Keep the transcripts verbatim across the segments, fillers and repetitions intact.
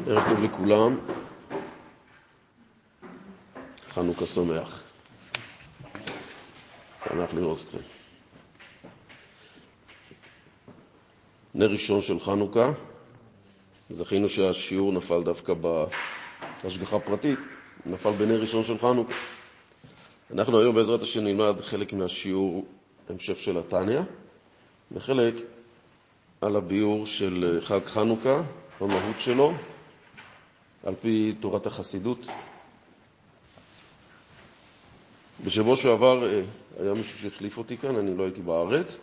ערב טוב לכולם, חנוכה שמח, שמח לראות אתכם. נר ראשון של חנוכה, זכינו שהשיעור נפל דווקא בהשגחה פרטית, נפל בנר ראשון של חנוכה. אנחנו היום בעזרת השם נלמד חלק מהשיעור המשך של התניא, וחלק על הביאור של חג חנוכה, המהות שלו, על פי תורת החסידות. בשבוע שעבר היה מישהו שהחליף אותי כאן, אני לא הייתי בארץ,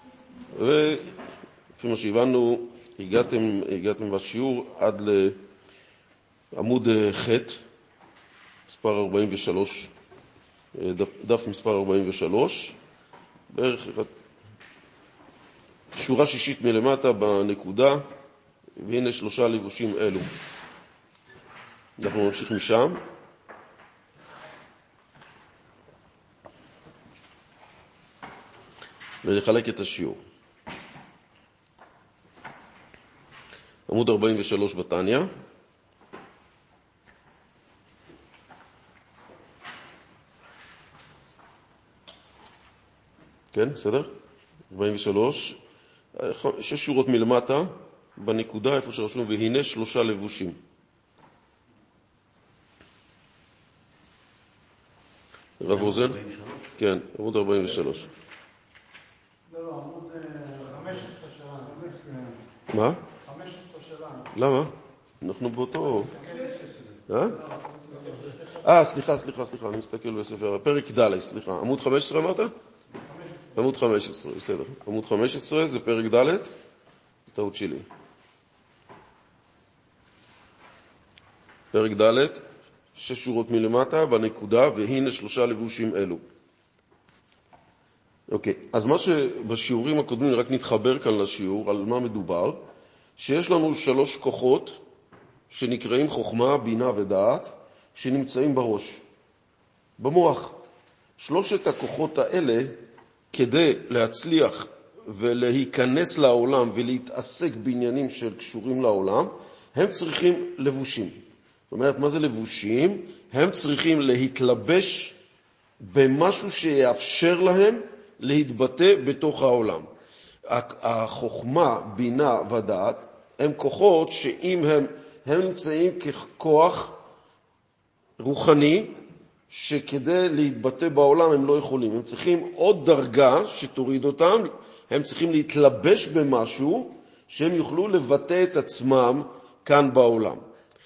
ולפי מה שהבנו, הגעתם, הגעתם בשיעור עד לעמוד ח', מספר ארבעים ושלוש, דף, דף מספר ארבעים ושלוש, בערך שורה שישית מלמטה בנקודה, והנה שלושה לבושים אלו. אנחנו נמשיך משם. ונחלק את השיעור. עמוד ארבעים ושלוש בתניא. כן, בסדר? ארבעים ושלוש. שש שורות מלמטה, בנקודה איפה שרשום, והנה שלושה לבושים. רב רוזן? כן, עמוד ארבעים ושלוש. לא, לא, עמוד חמש עשרה שלנו. מה? חמש עשרה שלנו. למה? אנחנו באותו... אה? אה, סליחה, סליחה, סליחה, אני מסתכל בספר. פרק ד', סליחה. עמוד חמש עשרה אמרת? עמוד חמש עשרה, בסדר. עמוד חמש עשרה זה פרק ד', טעות שלי. פרק ד', שש שורות מלמטה בנקודה, והנה שלושה לבושים אלו. אוקיי, אז מה שבשיעורים הקודמים, רק נתחבר כאן לשיעור, על מה מדובר, שיש לנו שלוש כוחות שנקראים חוכמה, בינה ודעת, שנמצאים בראש, במוח. שלושת הכוחות האלה, כדי להצליח ולהיכנס לעולם ולהתעסק בעניינים שקשורים לעולם, הם צריכים לבושים. זאת אומרת, מה זה לבושים? הם צריכים להתלבש במשהו שיאפשר להם להתבטא בתוך העולם. החוכמה, בינה ודעת, הם כוחות שאם הם, הם נמצאים ככוח רוחני, שכדי להתבטא בעולם הם לא יכולים. הם צריכים עוד דרגה שתוריד אותם, הם צריכים להתלבש במשהו שהם יוכלו לבטא את עצמם כאן בעולם.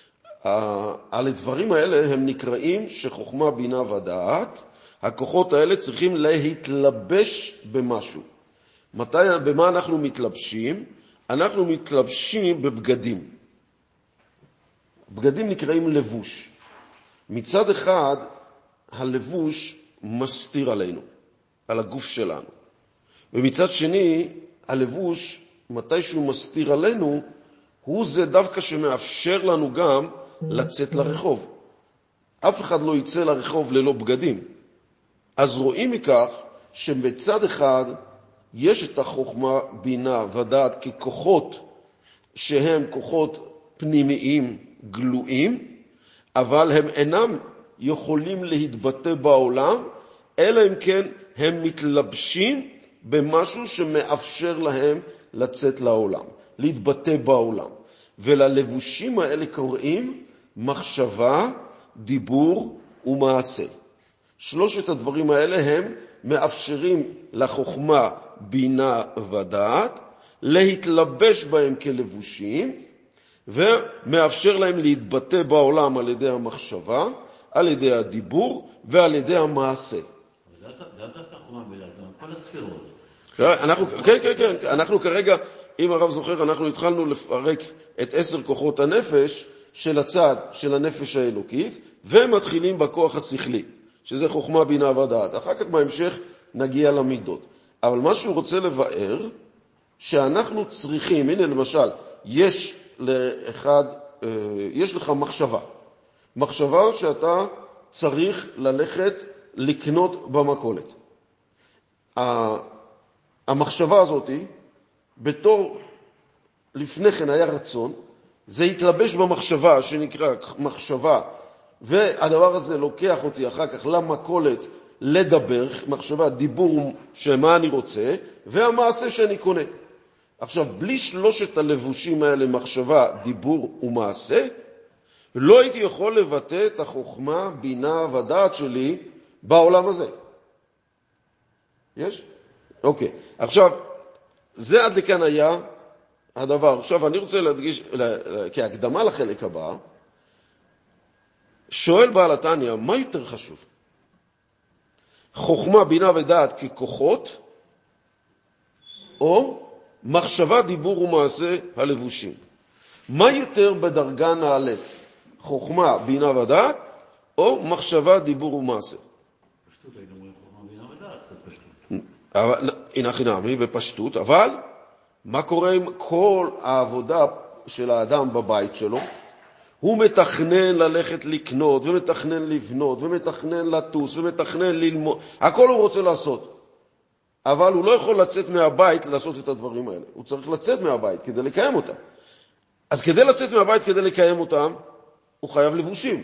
על הדברים האלה הם נקראים שחוכמה, בינה ודעת, הכוחות האלה צריכים להתלבש במשהו. מתי, במה אנחנו מתלבשים? אנחנו מתלבשים בבגדים. בגדים נקראים לבוש. מצד אחד, הלבוש מסתיר עלינו, על הגוף שלנו. ומצד שני, הלבוש, מתי שהוא מסתיר עלינו, הוא זה דווקא שמאפשר לנו גם לצאת לרחוב. אף אחד לא יצא לרחוב ללא בגדים. אז רואים מכך שבצד אחד יש את החוכמה, בינה ודעת ככוחות שהם כוחות פנימיים גלויים, אבל הם אינם יכולים להתבטא בעולם, אלא אם כן הם מתלבשים במשהו שמאפשר להם לצאת לעולם, להתבטא בעולם. וללבושים האלה קוראים מחשבה, דיבור ומעשה. שלושת הדברים האלה הם מאפשרים לחוכמה, בינה ודעת, להתלבש בהם כלבושים, ומאפשר להם להתבטא בעולם על ידי המחשבה, על ידי הדיבור ועל ידי המעשה. אבל זה דווקא חוכמה בלעד, כל הספירות. אנחנו, כן, כן, כן, אנחנו כרגע, אם הרב זוכר, אנחנו התחלנו לפרק את עשר כוחות הנפש של הצד של הנפש האלוקית, ומתחילים בכוח השכלי, שזה חוכמה, בינה ודעת. אחר כך בהמשך נגיע למידות. אבל מה שהוא רוצה לבאר, שאנחנו צריכים, הנה למשל, יש לאחד, יש לך מחשבה. מחשבה שאתה צריך ללכת לקנות במכולת. המחשבה הזאת, בתור לפני כן היה רצון, זה יתלבש במחשבה, שנקרא מחשבה, והדבר הזה לוקח אותי אחר כך למקולת לדבר, מחשבה, דיבור שמה אני רוצה, והמעשה שאני קונה. עכשיו, בלי שלושת הלבושים האלה, מחשבה, דיבור ומעשה, לא הייתי יכול לבטא את החוכמה, בינה ודעת שלי בעולם הזה. יש? אוקיי. עכשיו, זה עד לכאן היה הדבר. עכשיו, אני רוצה להדגיש, כהקדמה לחלק הבא, שואל בעל התניא, מה יותר חשוב? חוכמה, בינה ודעת ככוחות, או מחשבה, דיבור ומעשה הלבושים? מה יותר בדרגה נעלית? חוכמה, בינה ודעת, או מחשבה, דיבור ומעשה? פשטות, היינו אומרים חוכמה, בינה ודעת, זה פשטות. אבל, הנה חינמי, בפשטות, אבל מה קורה עם כל העבודה של האדם בבית שלו? הוא מתכנן ללכת לקנות, ומתכנן לבנות, ומתכנן לטוס, ומתכנן ללמוד. הכל הוא רוצה לעשות. אבל הוא לא יכול לצאת מהבית לעשות את הדברים האלה. הוא צריך לצאת מהבית כדי לקיים אותם. אז כדי לצאת מהבית, כדי לקיים אותם, הוא חייב לבושים.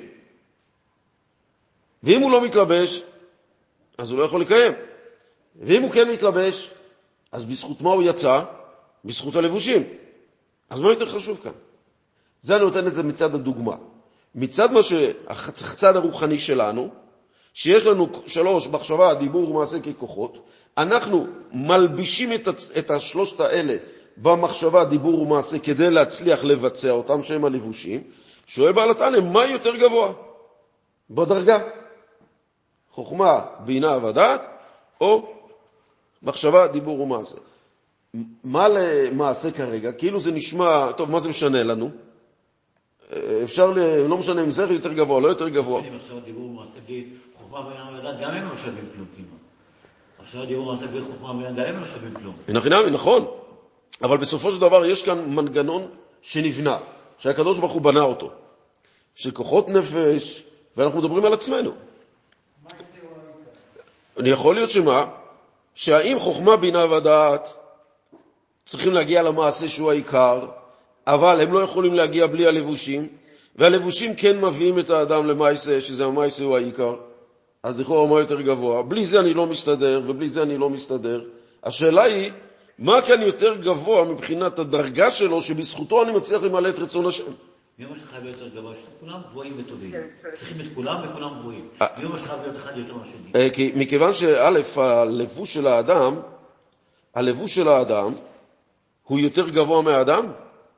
ואם הוא לא מתלבש, אז הוא לא יכול לקיים. ואם הוא כן מתלבש, אז בזכות מה הוא יצא? בזכות הלבושים. אז מה יותר חשוב כאן? זה אני נותן את זה מצד הדוגמה. מצד מה שהצד הרוחני שלנו, שיש לנו שלוש, מחשבה, דיבור ומעשה ככוחות, אנחנו מלבישים את, את השלושת האלה במחשבה, דיבור ומעשה כדי להצליח לבצע אותם, שהם הלבושים. שואל בעל התניא, מה יותר גבוה? בדרגה. חוכמה, בינה ודעת, או מחשבה, דיבור ומעשה. מה למעשה כרגע? כאילו זה נשמע, טוב, מה זה משנה לנו? אפשר, לא משנה אם זה יותר גבוה, לא יותר גבוה. אם עכשיו דיבור ומעשה בלי חוכמה בינה ודעת, גם הם לא שווים כלום כמעט. עכשיו דיבור ומעשה בלי חוכמה בינה ודעת, הם לא שווים כלום. נכון, אבל בסופו של דבר יש כאן מנגנון שנבנה, שהקדוש ברוך הוא בנה אותו, של כוחות נפש, ואנחנו מדברים על עצמנו. אני יכול להיות שמה? שהאם חוכמה בינה ודעת צריכים להגיע למעשה שהוא העיקר, אבל הם לא יכולים להגיע בלי הלבושים, והלבושים כן מביאים את האדם למעשה, שזה המעשה הוא העיקר. אז לכאורה מה יותר גבוה? בלי זה אני לא מסתדר, ובלי זה אני לא מסתדר. השאלה היא, מה כאן יותר גבוה מבחינת הדרגה שלו, שבזכותו אני מצליח למלא את רצון השם? מי אומר שחייב להיות יותר גבוה? כולם גבוהים וטובים. צריכים את כולם וכולם גבוהים. מי אומר שחייב להיות אחד יותר מהשני? מכיוון שא', הלבוש של האדם, הלבוש של האדם הוא יותר גבוה מהאדם.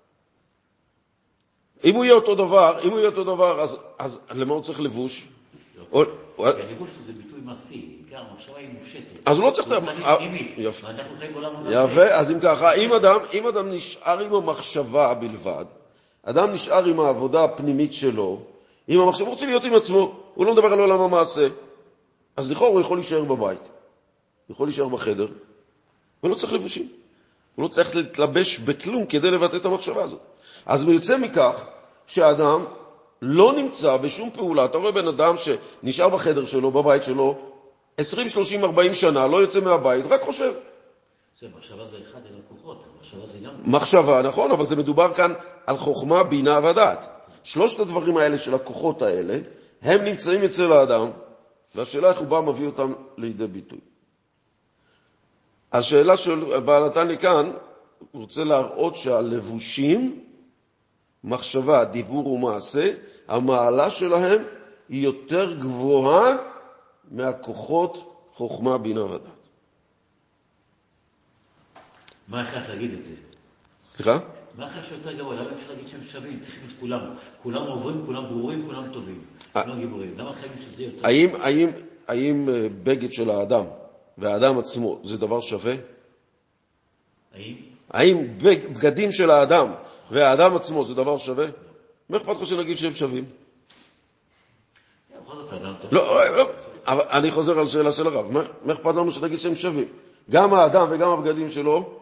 אם הוא יהיה אותו דבר, אם הוא יהיה אותו דבר, אז, אז למה הוא צריך לבוש? הלבוש זה ביטוי מעשי, גם המחשבה היא מושטת. אז הוא לא צריך... יפה. יפה, אז אם ככה, אם אדם, אם אדם נשאר עם המחשבה בלבד, אדם נשאר עם העבודה הפנימית שלו, עם המחשבה, הוא רוצה להיות עם עצמו, הוא לא מדבר על עולם המעשה, אז לכאורה הוא יכול להישאר בבית, הוא יכול להישאר בחדר, ולא צריך לבושים. הוא לא צריך להתלבש בכלום כדי לבטא את המחשבה הזאת. אז הוא יוצא מכך שהאדם לא נמצא בשום פעולה. אתה רואה בן אדם שנשאר בחדר שלו, בבית שלו, עשרים, שלושים, ארבעים שנה, לא יוצא מהבית, רק חושב. זה, מחשבה זה אחד אל הכוחות, מחשבה זה גם... מחשבה, נכון, אבל זה מדובר כאן על חוכמה, בינה ודעת. שלושת הדברים האלה של הכוחות האלה, הם נמצאים אצל האדם, והשאלה איך הוא בא מביא אותם לידי ביטוי. השאלה של בעל התניא כאן, הוא רוצה להראות שהלבושים, מחשבה, דיבור ומעשה, המעלה שלהם היא יותר גבוהה מהכוחות חוכמה, בינה ודעת. מה הכרח להגיד את זה? סליחה? מה הכרח שיותר גבוה? למה אפשר להגיד שהם שווים? צריכים את כולם. כולם עוברים, כולם ברורים, כולם טובים. כולם גיבורים. למה חייבים שזה יותר? האם, האם, האם בגד של האדם והאדם עצמו זה דבר שווה? האם? האם בגדים של האדם והאדם עצמו זה דבר שווה? מה אכפת לך שנגיד שהם שווים? לא, לא, אבל אני חוזר על שאלה של הרב. מה אכפת לנו שנגיד שהם שווים? גם האדם וגם הבגדים שלו.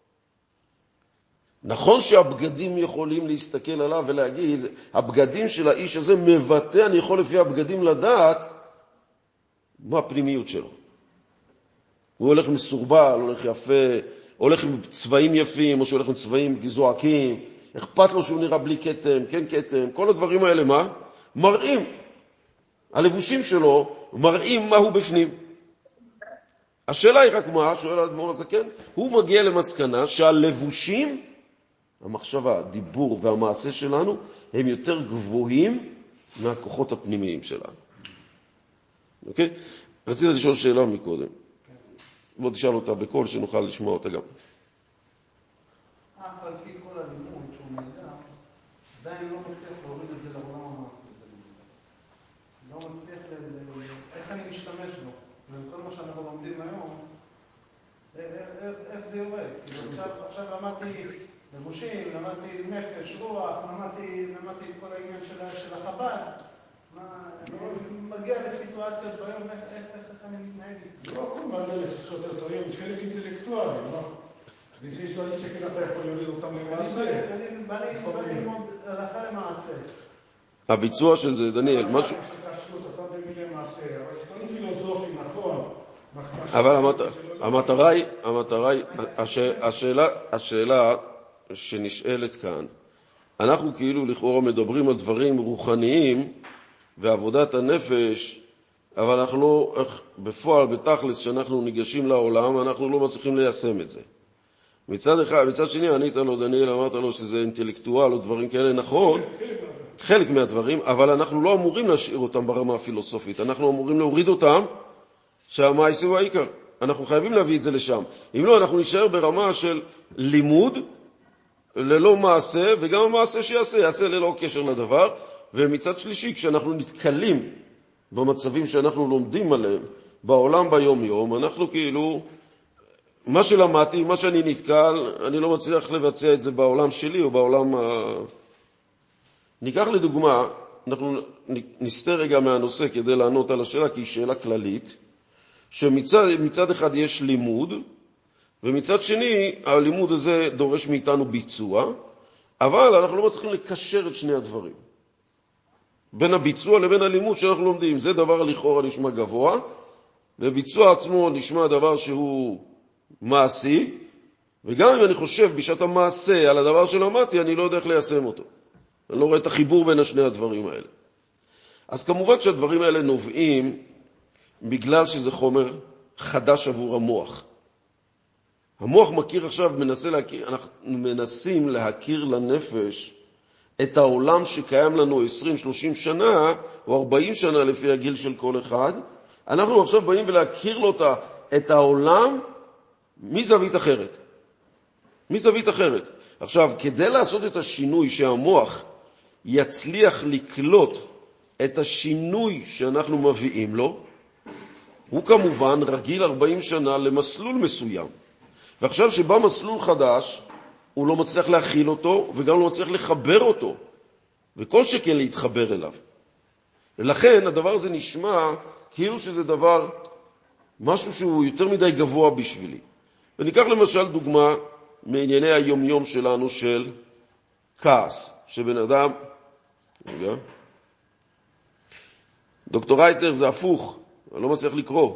נכון שהבגדים יכולים להסתכל עליו ולהגיד, הבגדים של האיש הזה מבטא, אני יכול לפי הבגדים לדעת מה הפנימיות שלו. הוא הולך מסורבל, הולך יפה, הולך עם צבעים יפים, או שהולך עם צבעים זועקים, אכפת לו שהוא נראה בלי כתם, כן כתם, כל הדברים האלה מה? מראים. הלבושים שלו מראים מה הוא בפנים. השאלה היא רק מה, שואל האדמו"ר הזקן, הוא מגיע למסקנה שהלבושים, המחשבה, הדיבור והמעשה שלנו, הם יותר גבוהים מהכוחות הפנימיים שלנו. אוקיי? רציתי לשאול שאלה מקודם. בוא תשאל אותה בקול שנוכל לשמוע אותה גם. אף על פי כל הלימוד שהוא נהדר, עדיין לא מצליח להוריד את זה לעולם המעשה. לא מצליח, איך אני משתמש בו? וכל מה שאנחנו לומדים היום, איך זה יורד? עכשיו למדתי לבושים, למדתי נפש, רוח, למדתי את כל העניין של החב"ד. מגיע לסיטואציות ביום, איך אני מתנהג? לא יכול מעלה לסיטואציות היום, יש חלק אינטלקטואלי, לא? ויש דברים שכן אתה יכול להוריד אותם למעשה. אני בא ללמוד הלכה למעשה. הביצוע של זה, דניאל, משהו... אתה במילי מעשה, אבל שדברים פילוסופיים, נכון. אבל המטרה היא, המטרה היא, השאלה, השאלה שנשאלת כאן, אנחנו כאילו לכאורה מדברים על דברים רוחניים ועבודת הנפש, אבל אנחנו לא, בפועל, בתכלס, שאנחנו ניגשים לעולם, אנחנו לא מצליחים ליישם את זה. מצד אחד, מצד שני, ענית לו, דניאל, אמרת לו שזה אינטלקטואל או דברים כאלה, נכון, חלק מהדברים, אבל אנחנו לא אמורים להשאיר אותם ברמה הפילוסופית, אנחנו אמורים להוריד אותם, שהמעשה הוא העיקר. אנחנו חייבים להביא את זה לשם. אם לא, אנחנו נשאר ברמה של לימוד, ללא מעשה, וגם המעשה שיעשה, יעשה ללא קשר לדבר, ומצד שלישי, כשאנחנו נתקלים במצבים שאנחנו לומדים עליהם, בעולם ביום יום, אנחנו כאילו, מה שלמדתי, מה שאני נתקל, אני לא מצליח לבצע את זה בעולם שלי, או בעולם ה... ניקח לדוגמה, אנחנו נסתר רגע מהנושא כדי לענות על השאלה, כי היא שאלה כללית, שמצד מצד אחד יש לימוד, ומצד שני הלימוד הזה דורש מאיתנו ביצוע, אבל אנחנו לא מצליחים לקשר את שני הדברים. בין הביצוע לבין הלימוד שאנחנו לומדים, זה דבר לכאורה נשמע גבוה, וביצוע עצמו נשמע דבר שהוא מעשי, וגם אם אני חושב בשעת המעשה על הדבר שלמדתי, אני לא יודע איך ליישם אותו. אני לא רואה את החיבור בין השני הדברים האלה. אז כמובן שהדברים האלה נובעים בגלל שזה חומר חדש עבור המוח. המוח מכיר עכשיו, מנסה להכיר, אנחנו מנסים להכיר לנפש את העולם שקיים לנו עשרים שלושים שנה, או ארבעים שנה לפי הגיל של כל אחד. אנחנו עכשיו באים ולהכיר לו את העולם מזווית אחרת. מזווית אחרת. עכשיו, כדי לעשות את השינוי שהמוח יצליח לקלוט את השינוי שאנחנו מביאים לו, הוא כמובן רגיל ארבעים שנה למסלול מסוים. ועכשיו שבא מסלול חדש, הוא לא מצליח להכיל אותו, וגם לא מצליח לחבר אותו, וכל שכן להתחבר אליו. ולכן הדבר הזה נשמע כאילו שזה דבר, משהו שהוא יותר מדי גבוה בשבילי. וניקח למשל דוגמה מענייני היומיום שלנו של כעס, שבן אדם, רגע, דוקטור רייטר זה הפוך, אני לא מצליח לקרוא.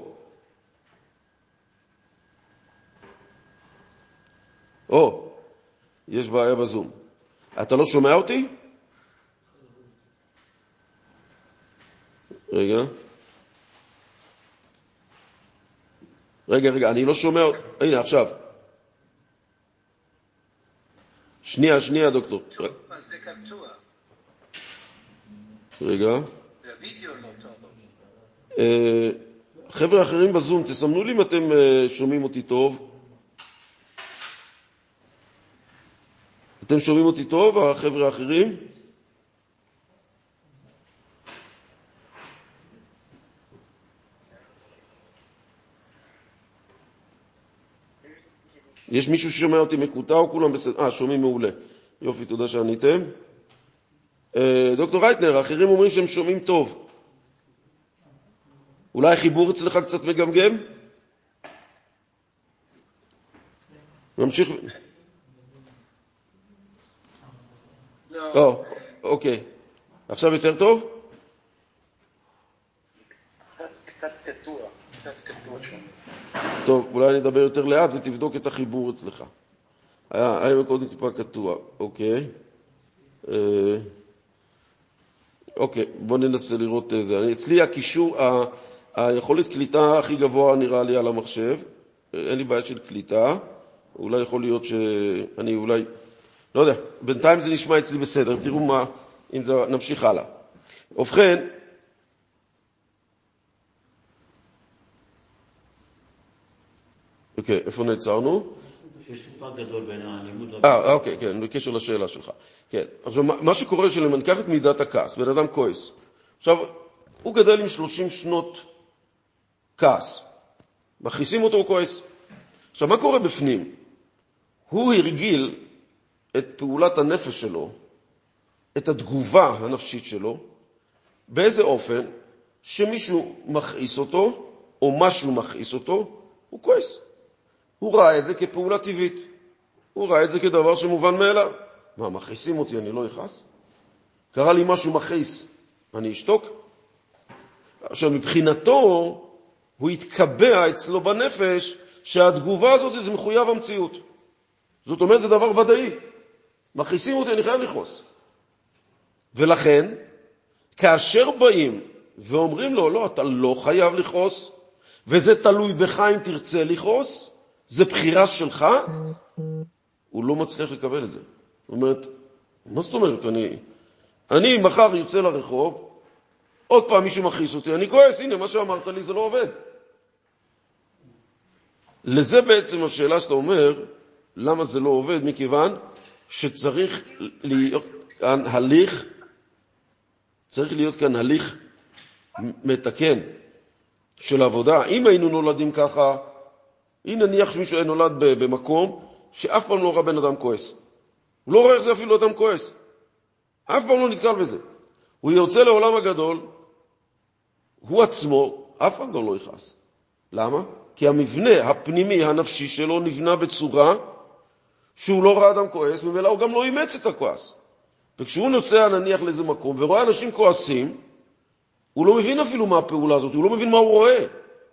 או, יש בעיה בזום. אתה לא שומע אותי? רגע. רגע, רגע, אני לא שומע... הנה, עכשיו. שנייה, שנייה, דוקטור. זה קטוע. רגע. והווידאו לא טוב. חבר'ה אחרים בזום, תסמנו לי אם אתם שומעים אותי טוב. אתם שומעים אותי טוב, החבר'ה האחרים? יש מישהו ששומע אותי מקוטע או כולם בסדר? אה, שומעים מעולה. יופי, תודה שעניתם. דוקטור רייטנר, האחרים אומרים שהם שומעים טוב. אולי החיבור אצלך קצת מגמגם? נמשיך. לא. אוקיי. עכשיו יותר טוב? קצת קטוע. קצת קטוע שם. טוב, אולי נדבר יותר לאט ותבדוק את החיבור אצלך. היה, היה מקודם טיפה קטוע. אוקיי. אוקיי, בואו ננסה לראות זה. אני, אצלי הקישור, ה, היכולת קליטה הכי גבוה נראה לי על המחשב. אין לי בעיה של קליטה. אולי יכול להיות שאני אולי, לא יודע, בינתיים זה נשמע אצלי בסדר. תראו מה, אם זה, נמשיך הלאה. ובכן, אוקיי, איפה נעצרנו? שיש פער גדול בין הלימוד... אה, אוקיי, כן, בקשר לשאלה שלך. כן, עכשיו, מה שקורה שלמה, ניקח את מידת הכעס, בן אדם כועס. עכשיו, הוא גדל עם שלושים שנות כעס. מכניסים אותו, הוא כועס. עכשיו, מה קורה בפנים? הוא הרגיל את פעולת הנפש שלו, את התגובה הנפשית שלו, באיזה אופן שמישהו מכעיס אותו, או משהו מכעיס אותו, הוא כועס. הוא ראה את זה כפעולה טבעית. הוא ראה את זה כדבר שמובן מאליו. מה, מכעיסים אותי, אני לא יכעס? קרה לי משהו מכעיס, אני אשתוק? עכשיו, מבחינתו, הוא התקבע אצלו בנפש שהתגובה הזאת זה מחויב המציאות. זאת אומרת, זה דבר ודאי. מכעיסים אותי, אני חייב לכעוס. ולכן, כאשר באים ואומרים לו, לא, אתה לא חייב לכעוס, וזה תלוי בך אם תרצה לכעוס, זה בחירה שלך, הוא לא מצליח לקבל את זה. זאת אומרת, מה זאת אומרת? אני, אני מחר יוצא לרחוב, עוד פעם מישהו מכעיס אותי, אני כועס, הנה, מה שאמרת לי זה לא עובד. לזה בעצם השאלה שאתה אומר, למה זה לא עובד? מכיוון שצריך להיות כאן הליך, צריך להיות כאן הליך מתקן של עבודה. אם היינו נולדים ככה, אם נניח שמישהו היה נולד במקום שאף פעם לא ראה בן אדם כועס. הוא לא רואה איך זה אפילו אדם כועס. אף פעם לא נתקל בזה. הוא יוצא לעולם הגדול, הוא עצמו אף פעם גם לא יכעס. למה? כי המבנה הפנימי הנפשי שלו נבנה בצורה שהוא לא ראה אדם כועס, וממילא הוא גם לא אימץ את הכועס. וכשהוא נוצא נניח לאיזה מקום ורואה אנשים כועסים, הוא לא מבין אפילו מה הפעולה הזאת, הוא לא מבין מה הוא רואה.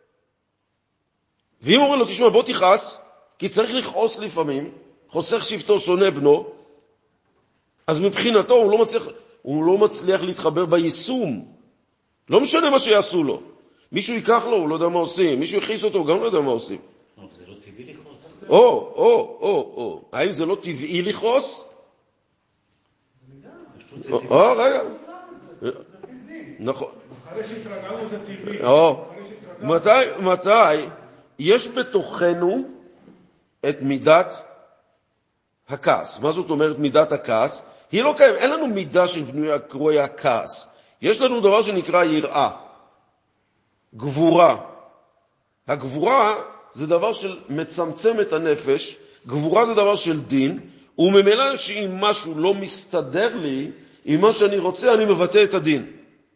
ואם אומרים לו, תשמע, בוא תכעס, כי צריך לכעוס לפעמים, חוסך שבטו שונא בנו, אז מבחינתו הוא לא מצליח, הוא לא מצליח להתחבר ביישום. לא משנה מה שיעשו לו. מישהו ייקח לו, הוא לא יודע מה עושים. מישהו יכעיס אותו, הוא גם לא יודע מה עושים. אבל זה לא טבעי לכעוס. או, או, או, או. האם זה לא טבעי לכעוס? או, רגע. נכון. אחרי שהתרגלנו זה טבעי. או, מתי, מתי יש בתוכנו את מידת הכעס. מה זאת אומרת מידת הכעס? היא לא קיימת, אין לנו מידה שבנויה קרויה כעס. יש לנו דבר שנקרא יראה, גבורה. הגבורה זה דבר של מצמצם את הנפש, גבורה זה דבר של דין, וממילא שאם משהו לא מסתדר לי, עם מה שאני רוצה, אני מבטא את הדין.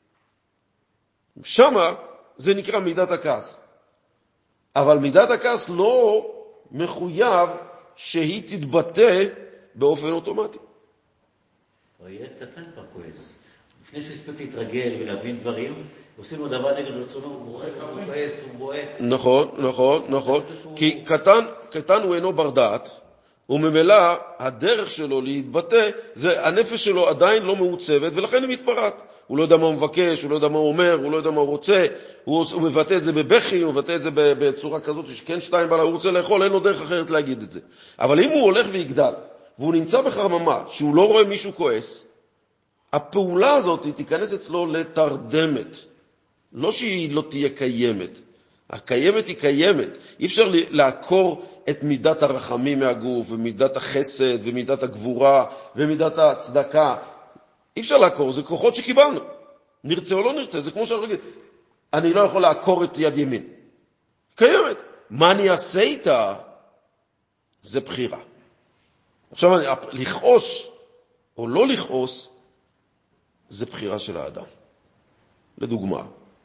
שמה זה נקרא מידת הכעס. אבל מידת הכעס לא מחויב שהיא תתבטא באופן אוטומטי. הילד קטן כבר כועס. לפני שהוא הספיק להתרגל ולהבין דברים, עושים לו דבר נגד רצונו, הוא כועס, הוא בועט. נכון, נכון, נכון. כי קטן, קטן הוא אינו בר דעת, וממילא הדרך שלו להתבטא, זה הנפש שלו עדיין לא מעוצבת, ולכן היא מתפרעת. הוא לא יודע מה הוא מבקש, הוא לא יודע מה הוא אומר, הוא לא יודע מה הוא רוצה, הוא, הוא מבטא את זה בבכי, הוא מבטא את זה בצורה כזאת, שכן שתיים בעלה, הוא רוצה לאכול, אין לו דרך אחרת להגיד את זה. אבל אם הוא הולך ויגדל, והוא נמצא בחרממה, שהוא לא רואה מישהו כועס, הפעולה הזאת היא תיכנס אצלו לתרדמת. לא שהיא לא תהיה קיימת. הקיימת היא קיימת. אי אפשר לעקור את מידת הרחמים מהגוף, ומידת החסד, ומידת הגבורה, ומידת הצדקה. אי אפשר לעקור, זה כוחות שקיבלנו. נרצה או לא נרצה, זה כמו שאני אגיד, אני לא יכול לעקור את יד ימין. קיימת. מה אני אעשה איתה? זה בחירה. עכשיו, לכעוס או לא לכעוס, זה בחירה של האדם. לדוגמה,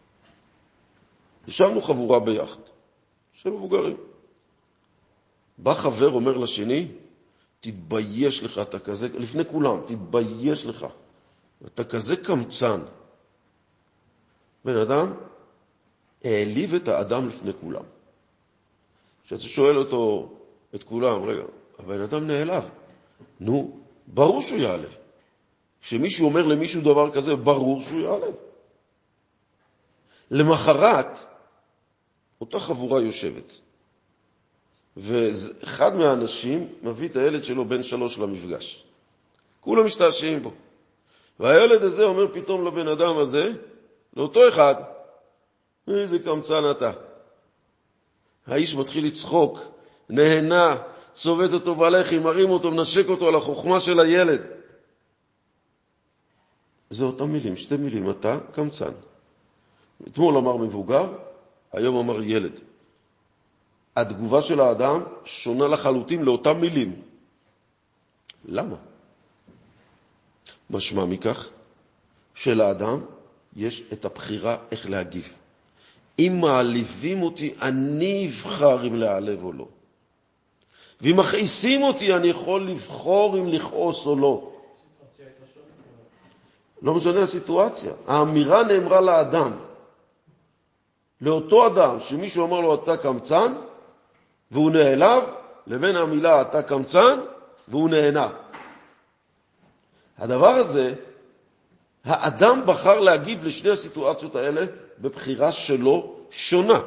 ישבנו חבורה ביחד, של מבוגרים. בא חבר אומר לשני, תתבייש לך, אתה כזה, לפני כולם, תתבייש לך, אתה כזה קמצן. בן אדם העליב את האדם לפני כולם. כשאתה שואל אותו, את כולם, רגע, הבן אדם נעלב. נו, ברור שהוא יעלב. כשמישהו אומר למישהו דבר כזה, ברור שהוא יעלב. למחרת, אותה חבורה יושבת, ואחד מהאנשים מביא את הילד שלו בן שלוש למפגש. כולם משתעשעים בו. והילד הזה אומר פתאום לבן אדם הזה, לאותו אחד, איזה קמצן אתה. האיש מתחיל לצחוק, נהנה, צובט אותו בלחי, מרים אותו, מנשק אותו על החוכמה של הילד. זה אותם מילים, שתי מילים, אתה קמצן. אתמול אמר מבוגר, היום אמר ילד. התגובה של האדם שונה לחלוטין לאותם מילים. למה? משמע מכך שלאדם יש את הבחירה איך להגיב. אם מעליבים אותי, אני אבחר אם להעלב או לא. ואם מכעיסים אותי, אני יכול לבחור אם לכעוס או לא. לא משנה הסיטואציה. האמירה נאמרה לאדם. לאותו אדם שמישהו אמר לו אתה קמצן, והוא נעלב, לבין המילה אתה קמצן, והוא נהנה. הדבר הזה, האדם בחר להגיב לשני הסיטואציות האלה בבחירה שלו שונה.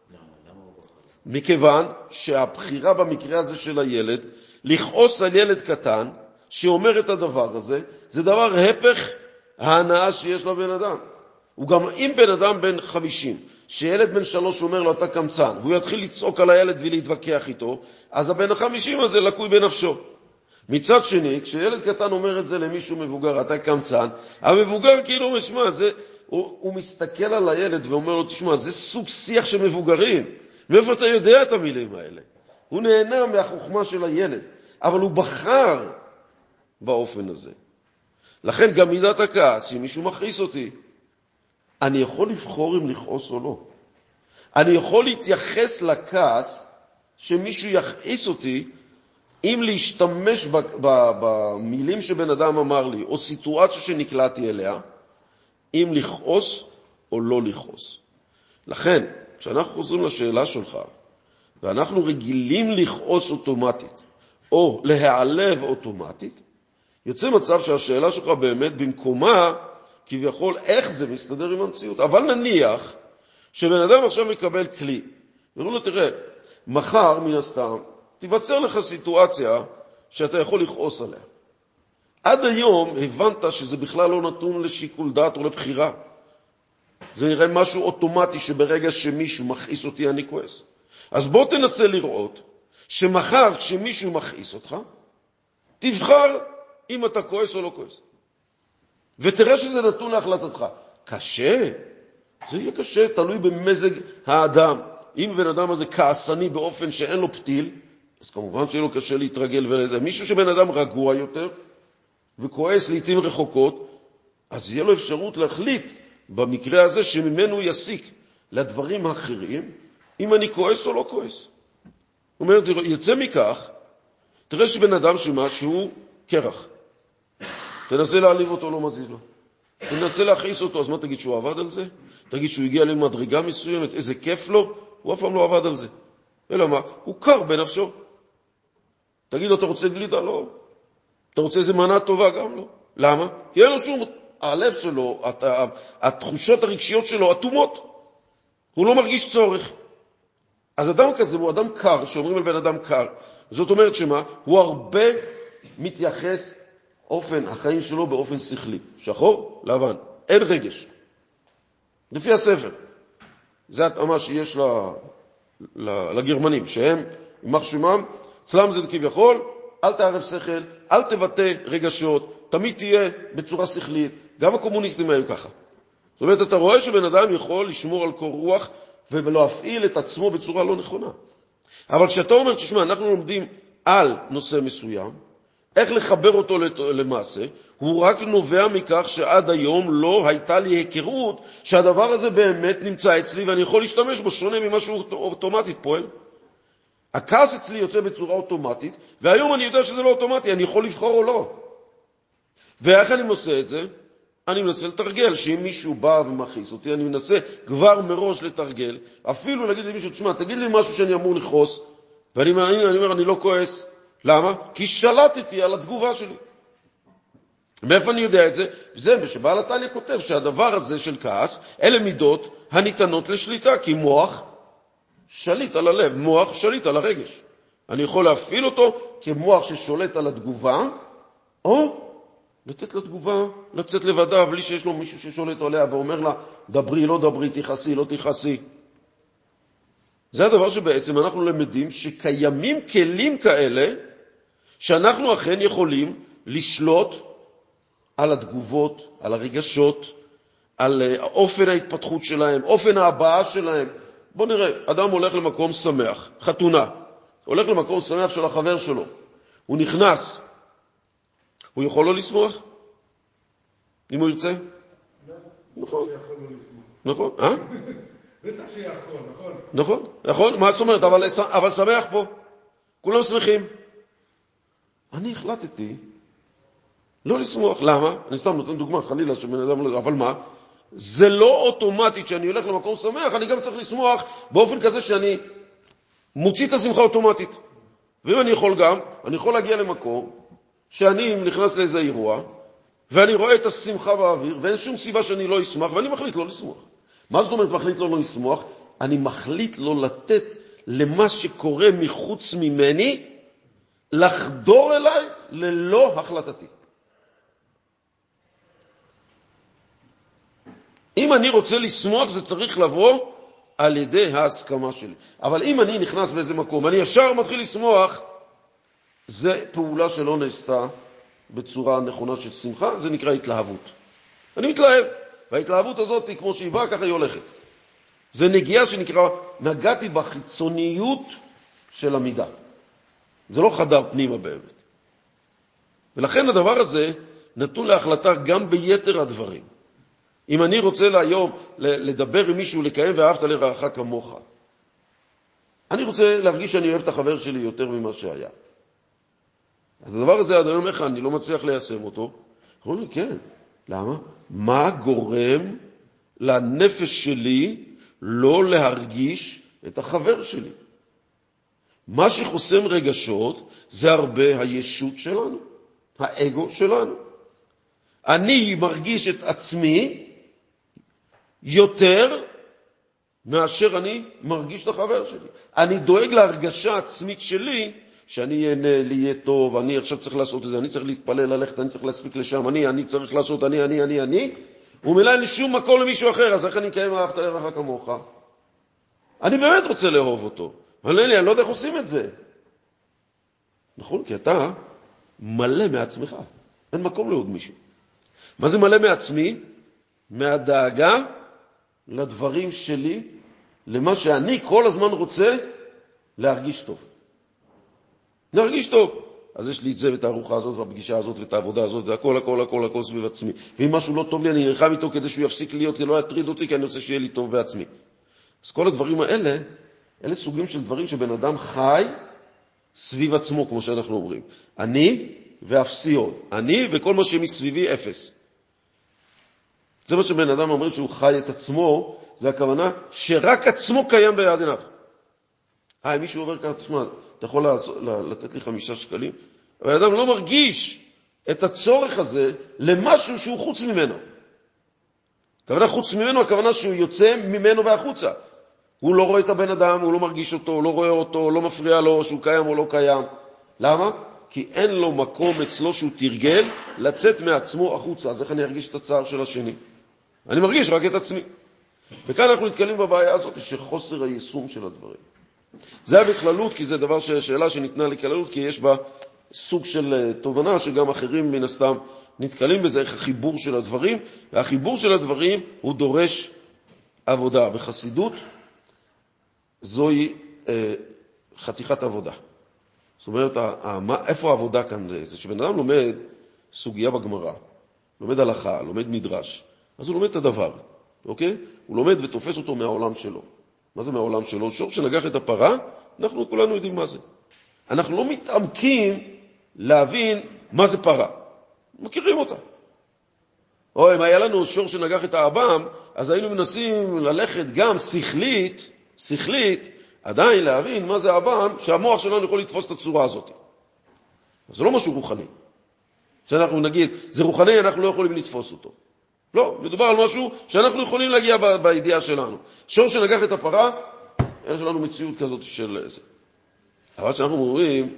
מכיוון שהבחירה במקרה הזה של הילד, לכעוס על ילד קטן שאומר את הדבר הזה, זה דבר הפך ההנאה שיש לבן אדם. הוא גם אם בן אדם בן חמישים, שילד בן שלוש אומר לו אתה קמצן, והוא יתחיל לצעוק על הילד ולהתווכח איתו, אז הבן החמישים הזה לקוי בנפשו. מצד שני, כשילד קטן אומר את זה למישהו מבוגר, אתה קמצן, המבוגר כאילו משמע, זה, הוא, הוא מסתכל על הילד ואומר לו, תשמע, זה סוג שיח של מבוגרים. מאיפה אתה יודע את המילים האלה? הוא נהנה מהחוכמה של הילד, אבל הוא בחר באופן הזה. לכן גם מידת הכעס, אם מישהו מכעיס אותי, אני יכול לבחור אם לכעוס או לא. אני יכול להתייחס לכעס שמישהו יכעיס אותי, אם להשתמש במילים שבן אדם אמר לי, או סיטואציה שנקלעתי אליה, אם לכעוס או לא לכעוס. לכן, כשאנחנו חוזרים לשאלה שלך, ואנחנו רגילים לכעוס אוטומטית, או להיעלב אוטומטית, יוצא מצב שהשאלה שלך באמת במקומה, כביכול איך זה מסתדר עם המציאות. אבל נניח שבן אדם עכשיו מקבל כלי, ואומר לו, תראה, מחר מן הסתם, תיווצר לך סיטואציה שאתה יכול לכעוס עליה. עד היום הבנת שזה בכלל לא נתון לשיקול דעת או לבחירה. זה נראה משהו אוטומטי שברגע שמישהו מכעיס אותי אני כועס. אז בוא תנסה לראות שמחר כשמישהו מכעיס אותך, תבחר אם אתה כועס או לא כועס. ותראה שזה נתון להחלטתך. קשה? זה יהיה קשה, תלוי במזג האדם. אם בן אדם הזה כעסני באופן שאין לו פתיל, אז כמובן שיהיה לו קשה להתרגל ולזה. מישהו שבן אדם רגוע יותר וכועס לעתים רחוקות, אז יהיה לו אפשרות להחליט במקרה הזה שממנו יסיק לדברים האחרים, אם אני כועס או לא כועס. הוא אומר, יצא מכך, תראה שבן אדם שמשהו קרח. תנסה להעליב אותו, לא מזיז לו. תנסה להכעיס אותו, אז מה תגיד שהוא עבד על זה? תגיד שהוא הגיע למדרגה מסוימת, איזה כיף לו? הוא אף פעם לא עבד על זה. אלא מה? הוא קר בנפשו. תגיד לו, אתה רוצה גלידה? לא. אתה רוצה איזה מנה טובה? גם לא. למה? כי אין לו שום, הלב שלו, התחושות הרגשיות שלו, אטומות. הוא לא מרגיש צורך. אז אדם כזה הוא אדם קר, שאומרים על בן אדם קר. זאת אומרת שמה? הוא הרבה מתייחס אופן החיים שלו באופן שכלי. שחור, לבן. אין רגש. לפי הספר. זה התאמה שיש לה, לגרמנים, שהם, יימח שמם, אצלם זה כביכול, אל תערב שכל, אל תבטא רגשות, תמיד תהיה בצורה שכלית. גם הקומוניסטים היו ככה. זאת אומרת, אתה רואה שבן אדם יכול לשמור על קור רוח ולהפעיל את עצמו בצורה לא נכונה. אבל כשאתה אומר, תשמע, אנחנו לומדים על נושא מסוים, איך לחבר אותו למעשה, הוא רק נובע מכך שעד היום לא הייתה לי היכרות שהדבר הזה באמת נמצא אצלי ואני יכול להשתמש בו שונה ממה שהוא אוטומטית פועל. הכעס אצלי יוצא בצורה אוטומטית, והיום אני יודע שזה לא אוטומטי, אני יכול לבחור או לא. ואיך אני עושה את זה? אני מנסה לתרגל, שאם מישהו בא ומכעיס אותי, אני מנסה כבר מראש לתרגל, אפילו להגיד למישהו, תשמע, תגיד לי משהו שאני אמור לכעוס, ואני אומר, אני אומר, אני לא כועס. למה? כי שלטתי על התגובה שלי. מאיפה אני יודע את זה? זה שבעל התניא כותב שהדבר הזה של כעס, אלה מידות הניתנות לשליטה, כי מוח שליט על הלב, מוח שליט על הרגש. אני יכול להפעיל אותו כמוח ששולט על התגובה, או לתת לתגובה לצאת לבדה, בלי שיש לו מישהו ששולט עליה ואומר לה, דברי, לא דברי, תיחסי, לא תיחסי. זה הדבר שבעצם אנחנו למדים שקיימים כלים כאלה, שאנחנו אכן יכולים לשלוט על התגובות, על הרגשות, על אופן ההתפתחות שלהם, אופן ההבעה שלהם. בוא נראה, אדם הולך למקום שמח, חתונה, הולך למקום שמח של החבר שלו, הוא נכנס, הוא יכול לא לשמוח? אם הוא ירצה? נכון. נכון, אה? בטח שיכול, נכון. נכון, נכון, מה זאת אומרת? אבל, אבל שמח פה, כולם שמחים. אני החלטתי לא לשמוח. למה? אני סתם נותן דוגמה, חלילה שבן אדם לא... אבל מה? זה לא אוטומטית שאני הולך למקום שמח, אני גם צריך לשמוח באופן כזה שאני מוציא את השמחה אוטומטית. ואם אני יכול גם, אני יכול להגיע למקום שאני נכנס לאיזה אירוע, ואני רואה את השמחה באוויר, ואין שום סיבה שאני לא אשמח, ואני מחליט לא לשמוח. מה זאת אומרת מחליט לא לא לשמוח? אני מחליט לא לתת למה שקורה מחוץ ממני, לחדור אליי ללא החלטתי. אם אני רוצה לשמוח, זה צריך לבוא על ידי ההסכמה שלי. אבל אם אני נכנס באיזה מקום, אני ישר מתחיל לשמוח, זה פעולה שלא נעשתה בצורה נכונה של שמחה, זה נקרא התלהבות. אני מתלהב, וההתלהבות הזאת, כמו שהיא באה, ככה היא הולכת. זה נגיעה שנקרא, נגעתי בחיצוניות של המידה. זה לא חדר פנימה באמת. ולכן הדבר הזה נתון להחלטה גם ביתר הדברים. אם אני רוצה להיום לדבר עם מישהו, לקיים ואהבת לרעך כמוך, אני רוצה להרגיש שאני אוהב את החבר שלי יותר ממה שהיה. אז הדבר הזה עד היום איך אני לא מצליח ליישם אותו. אומרים לי, כן. למה? מה גורם לנפש שלי לא להרגיש את החבר שלי? מה שחוסם רגשות זה הרבה הישות שלנו, האגו שלנו. אני מרגיש את עצמי יותר מאשר אני מרגיש את החבר שלי. אני דואג להרגשה עצמית שלי, שאני ייהנה, לי יהיה טוב, אני עכשיו צריך לעשות את זה, אני צריך להתפלל, ללכת, אני צריך להספיק לשם, אני, אני צריך לעשות, אני, אני, אני, אני, ומילא אין לי שום מקום למישהו אחר, אז איך אני אקיים אהבת לרעך כמוך? אני באמת רוצה לאהוב אותו, אבל אני, אני לא יודע איך עושים את זה. נכון? כי אתה מלא מעצמך, אין מקום לעוד מישהו. מה זה מלא מעצמי? מהדאגה לדברים שלי, למה שאני כל הזמן רוצה להרגיש טוב. להרגיש טוב. אז יש לי את זה ואת הארוחה הזאת והפגישה הזאת ואת העבודה הזאת והכל, הכל, הכל, הכל סביב עצמי. ואם משהו לא טוב לי, אני נלחם איתו כדי שהוא יפסיק להיות, כי לא יטריד אותי, כי אני רוצה שיהיה לי טוב בעצמי. אז כל הדברים האלה, אלה סוגים של דברים שבן אדם חי סביב עצמו, כמו שאנחנו אומרים. אני ואפסי עוד. אני וכל מה שמסביבי אפס. זה מה שבן אדם אומר שהוא חי את עצמו, זה הכוונה שרק עצמו קיים ביד עיניו. אה, אם מישהו אומר ככה, תשמע, אתה יכול לתת לי חמישה שקלים? אבל האדם לא מרגיש את הצורך הזה למשהו שהוא חוץ ממנו. הכוונה חוץ ממנו, הכוונה שהוא יוצא ממנו והחוצה. הוא לא רואה את הבן אדם, הוא לא מרגיש אותו, הוא לא רואה אותו, לא מפריע לו, שהוא קיים או לא קיים. למה? כי אין לו מקום אצלו שהוא תרגל לצאת מעצמו החוצה. אז איך אני ארגיש את הצער של השני? אני מרגיש רק את עצמי. וכאן אנחנו נתקלים בבעיה הזאת שחוסר היישום של הדברים. זה בכללות, כי זה דבר שאלה שניתנה לכללות, כי יש בה סוג של תובנה שגם אחרים מן הסתם נתקלים בזה, איך החיבור של הדברים, והחיבור של הדברים הוא דורש עבודה. בחסידות זוהי אה, חתיכת עבודה. זאת אומרת, איפה העבודה כאן? זה שבן אדם לומד סוגיה בגמרא, לומד הלכה, לומד מדרש, אז הוא לומד את הדבר, אוקיי? הוא לומד ותופס אותו מהעולם שלו. מה זה מהעולם שלו? שור שנגח את הפרה, אנחנו כולנו יודעים מה זה. אנחנו לא מתעמקים להבין מה זה פרה. מכירים אותה. או אם היה לנו שור שנגח את האבם, אז היינו מנסים ללכת גם שכלית, שכלית, עדיין להבין מה זה האבם, שהמוח שלנו יכול לתפוס את הצורה הזאת. זה לא משהו רוחני. שאנחנו נגיד, זה רוחני, אנחנו לא יכולים לתפוס אותו. לא, מדובר על משהו שאנחנו יכולים להגיע ב- בידיעה שלנו. שור שנגח את הפרה, יש לנו מציאות כזאת של זה. אבל שאנחנו אומרים,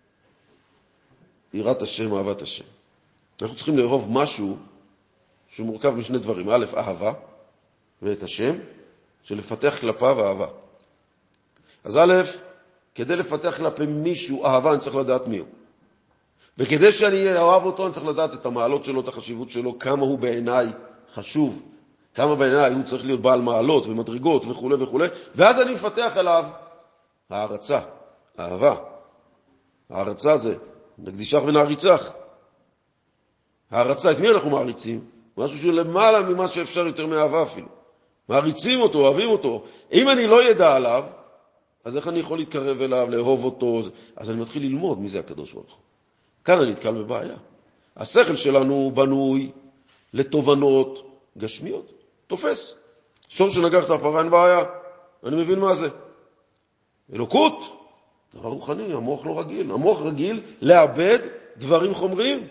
יראת השם, אהבת השם. אנחנו צריכים לאהוב משהו שמורכב משני דברים. א', אהבה, ואת השם, שלפתח כלפיו אהבה. אז א', כדי לפתח כלפי מישהו אהבה, אני צריך לדעת מי הוא. וכדי שאני אוהב אותו, אני צריך לדעת את המעלות שלו, את החשיבות שלו, כמה הוא בעיניי חשוב, כמה בעיניי הוא צריך להיות בעל מעלות ומדרגות וכו' וכו'. ואז אני מפתח עליו הערצה, אהבה. הערצה זה נקדישך ונעריצך. הערצה, את מי אנחנו מעריצים? משהו שלמעלה ממה שאפשר יותר מאהבה אפילו. מעריצים אותו, אוהבים אותו. אם אני לא ידע עליו, אז איך אני יכול להתקרב אליו, לאהוב אותו? אז אני מתחיל ללמוד מי זה הקדוש ברוך הוא. כאן אני נתקל בבעיה. השכל שלנו בנוי לתובנות גשמיות. תופס. שור שנגח את הפרה, אין בעיה. אני מבין מה זה. אלוקות, דבר רוחני, המוח לא רגיל. המוח רגיל לאבד דברים חומריים.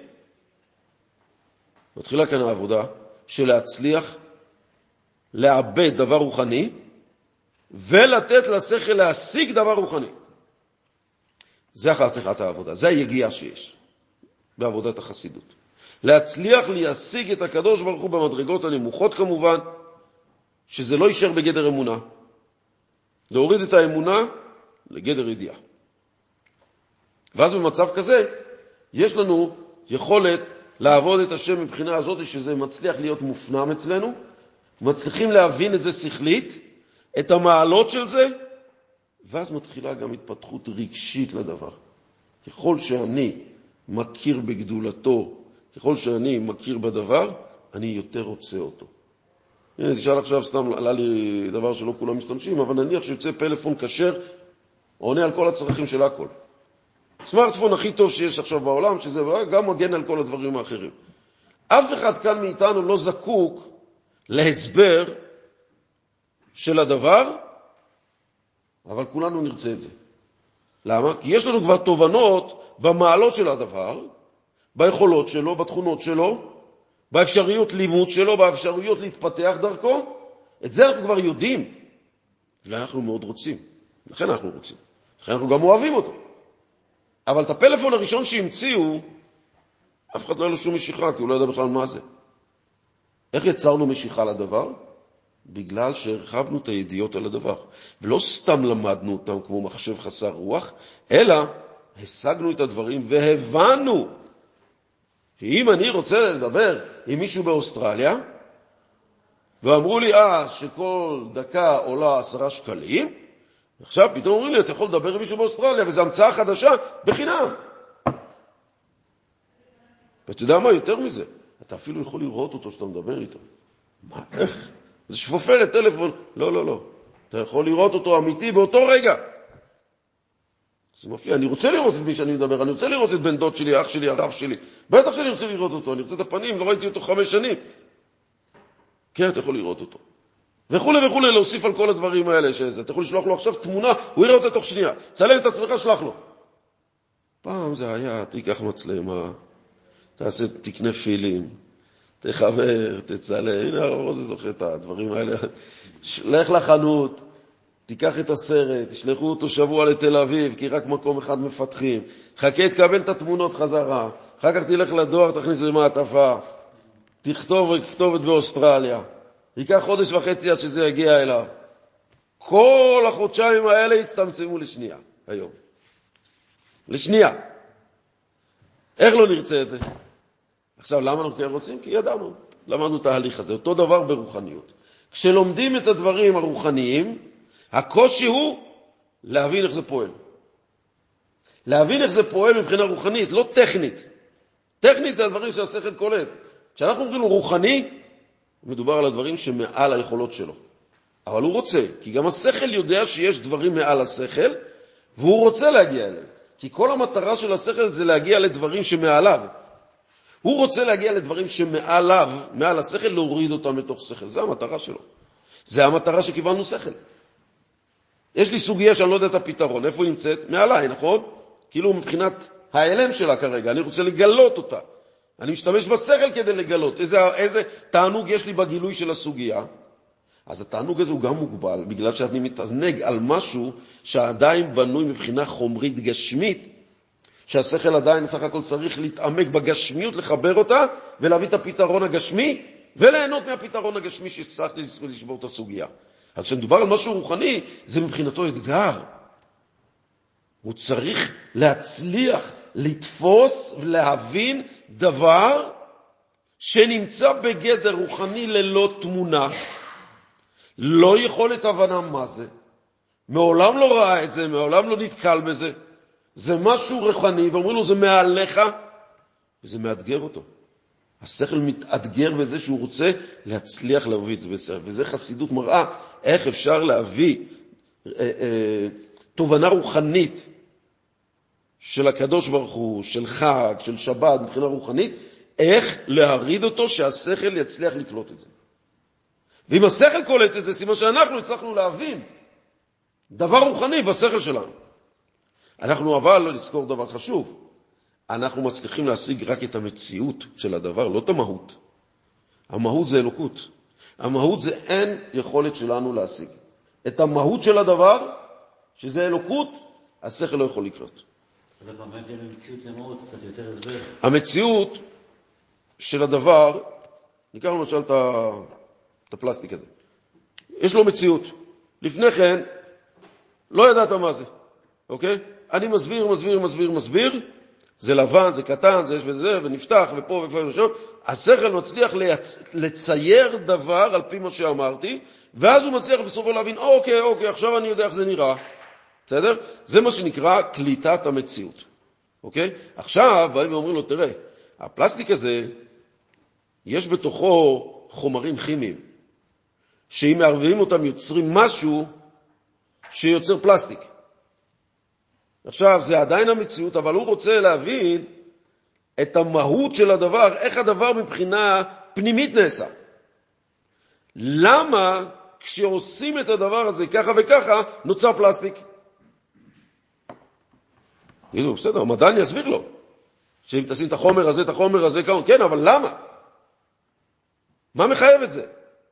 מתחילה כאן העבודה של להצליח לאבד דבר רוחני ולתת לשכל להשיג דבר רוחני. זה אחת העבודה, זה היגיעה שיש בעבודת החסידות. להצליח להשיג את הקדוש ברוך הוא במדרגות הנמוכות כמובן, שזה לא יישאר בגדר אמונה. להוריד את האמונה לגדר ידיעה. ואז במצב כזה, יש לנו יכולת לעבוד את השם מבחינה הזאת, שזה מצליח להיות מופנם אצלנו, מצליחים להבין את זה שכלית, את המעלות של זה, ואז מתחילה גם התפתחות רגשית לדבר. ככל שאני מכיר בגדולתו, ככל שאני מכיר בדבר, אני יותר רוצה אותו. הנה, תשאל עכשיו, סתם עלה לי דבר שלא כולם משתמשים, אבל נניח שיוצא פלאפון כשר, עונה על כל הצרכים של הכל. סמארטפון הכי טוב שיש עכשיו בעולם, שזה גם מגן על כל הדברים האחרים. אף אחד כאן מאיתנו לא זקוק להסבר של הדבר, אבל כולנו נרצה את זה. למה? כי יש לנו כבר תובנות במעלות של הדבר, ביכולות שלו, בתכונות שלו, באפשריות לימוד שלו, באפשרויות להתפתח דרכו. את זה אנחנו כבר יודעים, ואנחנו מאוד רוצים. לכן אנחנו רוצים. לכן אנחנו גם אוהבים אותו. אבל את הפלאפון הראשון שהמציאו, אף אחד לא היה לו שום משיכה, כי הוא לא ידע בכלל מה זה. איך יצרנו משיכה לדבר? בגלל שהרחבנו את הידיעות על הדבר. ולא סתם למדנו אותם כמו מחשב חסר רוח, אלא השגנו את הדברים והבנו. אם אני רוצה לדבר עם מישהו באוסטרליה, ואמרו לי אז שכל דקה עולה עשרה שקלים, עכשיו פתאום אומרים לי, אתה יכול לדבר עם מישהו באוסטרליה, וזו המצאה חדשה בחינם. ואתה יודע מה יותר מזה? אתה אפילו יכול לראות אותו שאתה מדבר איתו. מה, איך? זה שפופרת טלפון. לא, לא, לא. אתה יכול לראות אותו אמיתי באותו רגע. זה מפליא. אני רוצה לראות את מי שאני מדבר. אני רוצה לראות את בן דוד שלי, אח שלי, הרב שלי. בטח שאני רוצה לראות אותו. אני רוצה את הפנים, לא ראיתי אותו חמש שנים. כן, אתה יכול לראות אותו. וכו' וכו', להוסיף על כל הדברים האלה שזה. אתה יכול לשלוח לו עכשיו תמונה, הוא יראה אותה תוך שנייה. צלם את עצמך, שלח לו. פעם זה היה, תיקח מצלמה, תעשה, תקנה פילים, תחבר, תצלם. הנה, הרב זה זוכה את הדברים האלה. לך לחנות, תיקח את הסרט, תשלחו אותו שבוע לתל אביב, כי רק מקום אחד מפתחים. חכה, תקבל את התמונות חזרה. אחר כך תלך לדואר, תכניס למעטפה. תכתוב כתובת באוסטרליה. ייקח חודש וחצי עד שזה יגיע אליו. כל החודשיים האלה יצטמצמו לשנייה, היום. לשנייה. איך לא נרצה את זה? עכשיו, למה אנחנו כן רוצים? כי ידענו, למדנו את ההליך הזה. אותו דבר ברוחניות. כשלומדים את הדברים הרוחניים, הקושי הוא להבין איך זה פועל. להבין איך זה פועל מבחינה רוחנית, לא טכנית. טכנית זה הדברים שהשכל קולט. כשאנחנו אומרים לו רוחני, מדובר על הדברים שמעל היכולות שלו. אבל הוא רוצה, כי גם השכל יודע שיש דברים מעל השכל, והוא רוצה להגיע אליהם. כי כל המטרה של השכל זה להגיע לדברים שמעליו. הוא רוצה להגיע לדברים שמעליו, מעל השכל, להוריד אותם מתוך שכל. זה המטרה שלו. זה המטרה שקיבלנו שכל. יש לי סוגיה שאני לא יודע את הפתרון. איפה היא נמצאת? מעליי, נכון? כאילו מבחינת האלם שלה כרגע. אני רוצה לגלות אותה. אני משתמש בשכל כדי לגלות איזה, איזה תענוג יש לי בגילוי של הסוגיה. אז התענוג הזה הוא גם מוגבל, בגלל שאני מתענג על משהו שעדיין בנוי מבחינה חומרית גשמית, שהשכל עדיין סך הכל צריך להתעמק בגשמיות, לחבר אותה ולהביא את הפתרון הגשמי, וליהנות מהפתרון הגשמי שצריך לשבור את הסוגיה. אז כשמדובר על משהו רוחני, זה מבחינתו אתגר. הוא צריך להצליח, לתפוס ולהבין דבר שנמצא בגדר רוחני ללא תמונה, לא יכולת הבנה מה זה, מעולם לא ראה את זה, מעולם לא נתקל בזה, זה משהו רוחני, ואומרים לו זה מעליך, וזה מאתגר אותו. השכל מתאתגר בזה שהוא רוצה להצליח להביא את זה בסדר, וזה חסידות מראה איך אפשר להביא אה, אה, תובנה רוחנית של הקדוש ברוך הוא, של חג, של שבת, מבחינה רוחנית, איך להריד אותו שהשכל יצליח לקלוט את זה. ואם השכל קולט את זה, סימן שאנחנו הצלחנו להבין דבר רוחני בשכל שלנו. אנחנו אבל לא לזכור דבר חשוב. אנחנו מצליחים להשיג רק את המציאות של הדבר, לא את המהות. המהות זה אלוקות. המהות זה אין יכולת שלנו להשיג. את המהות של הדבר, שזה אלוקות, השכל לא יכול לקלוט. אז מה באמת המציאות למהות? קצת יותר הסבר. המציאות של הדבר, ניקח למשל את ה... את הפלסטיק הזה. יש לו מציאות. לפני כן, לא ידעת מה זה. אוקיי? אני מסביר, מסביר, מסביר, מסביר. זה לבן, זה קטן, זה יש בזה, ונפתח, ופה ופה ושם. השכל מצליח לייצ... לצייר דבר על פי מה שאמרתי, ואז הוא מצליח בסופו להבין, אוקיי, אוקיי, עכשיו אני יודע איך זה נראה. בסדר? זה מה שנקרא קליטת המציאות. אוקיי? עכשיו, באים ואומרים לו, תראה, הפלסטיק הזה, יש בתוכו חומרים כימיים. שאם מערבבים אותם יוצרים משהו שיוצר פלסטיק. עכשיו, זה עדיין המציאות, אבל הוא רוצה להבין את המהות של הדבר, איך הדבר מבחינה פנימית נעשה. למה כשעושים את הדבר הזה ככה וככה, נוצר פלסטיק? יגידו, בסדר, המדען יסביר לו. שאם תשים את החומר הזה, את החומר הזה, כן, אבל למה? מה מחייב את זה?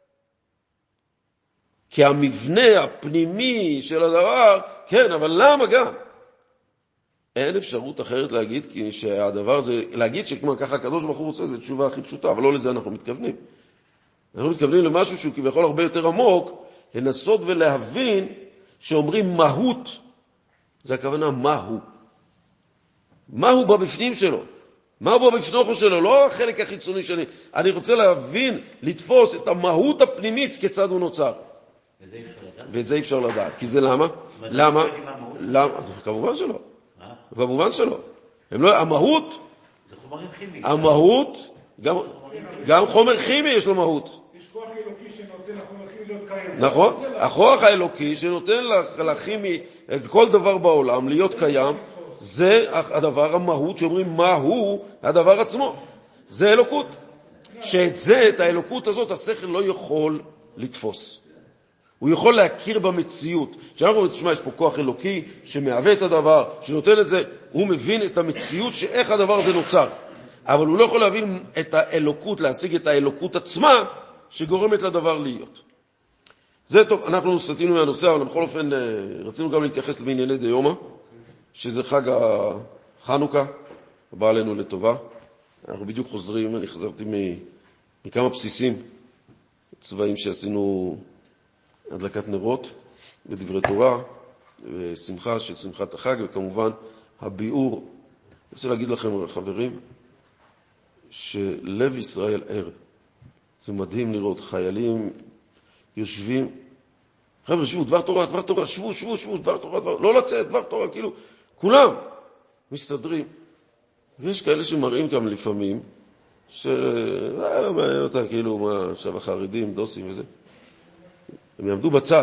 כי המבנה הפנימי של הדבר, כן, אבל למה גם? אין אפשרות אחרת להגיד, כי שהדבר הזה, להגיד שכמו ככה הקדוש ברוך הוא רוצה, זו תשובה הכי פשוטה, אבל לא לזה אנחנו מתכוונים. אנחנו מתכוונים למשהו שהוא כביכול הרבה יותר עמוק, לנסות ולהבין שאומרים מהות, זה הכוונה מהו. מהו בבפנים שלו? מהו בבפנוכו שלו? לא החלק החיצוני שלי. אני רוצה להבין, לתפוס את המהות הפנימית כיצד הוא נוצר. וזה אי אפשר לדעת? ואת זה אי אפשר לדעת. כי זה למה? למה? למה? כמובן שלא. כמובן שלא. המהות, זה חומרים כימיים. המהות, גם חומר כימי יש לו מהות. יש כוח אלוקי שנותן לחומר כימי להיות קיים. נכון. הכוח האלוקי שנותן לכימי, כל דבר בעולם, להיות קיים, זה הדבר המהות שאומרים מהו הדבר עצמו. זה אלוקות. שאת זה, את האלוקות הזאת, השכל לא יכול לתפוס. הוא יכול להכיר במציאות. כשאנחנו נשמע, יש פה כוח אלוקי שמהווה את הדבר, שנותן את זה, הוא מבין את המציאות שאיך הדבר הזה נוצר. אבל הוא לא יכול להבין את האלוקות, להשיג את האלוקות עצמה שגורמת לדבר להיות. זה טוב, אנחנו סטינו מהנושא, אבל בכל אופן רצינו גם להתייחס לענייני דיומא, שזה חג החנוכה, הבא עלינו לטובה. אנחנו בדיוק חוזרים, אני חזרתי מכמה בסיסים, צבעים שעשינו הדלקת נרות ודברי תורה ושמחה של שמחת החג, וכמובן הביאור. אני רוצה להגיד לכם, חברים, שלב ישראל ער. זה מדהים לראות חיילים יושבים, חבר'ה, שבו, דבר תורה, דבר תורה, שבו, שבו, שבו, דבר תורה, דבר, לא לצאת, דבר תורה, כאילו, כולם מסתדרים. ויש כאלה שמראים גם לפעמים, שלא מעניין אותה, כאילו, מה, עכשיו החרדים, דוסים וזה. הם יעמדו בצד.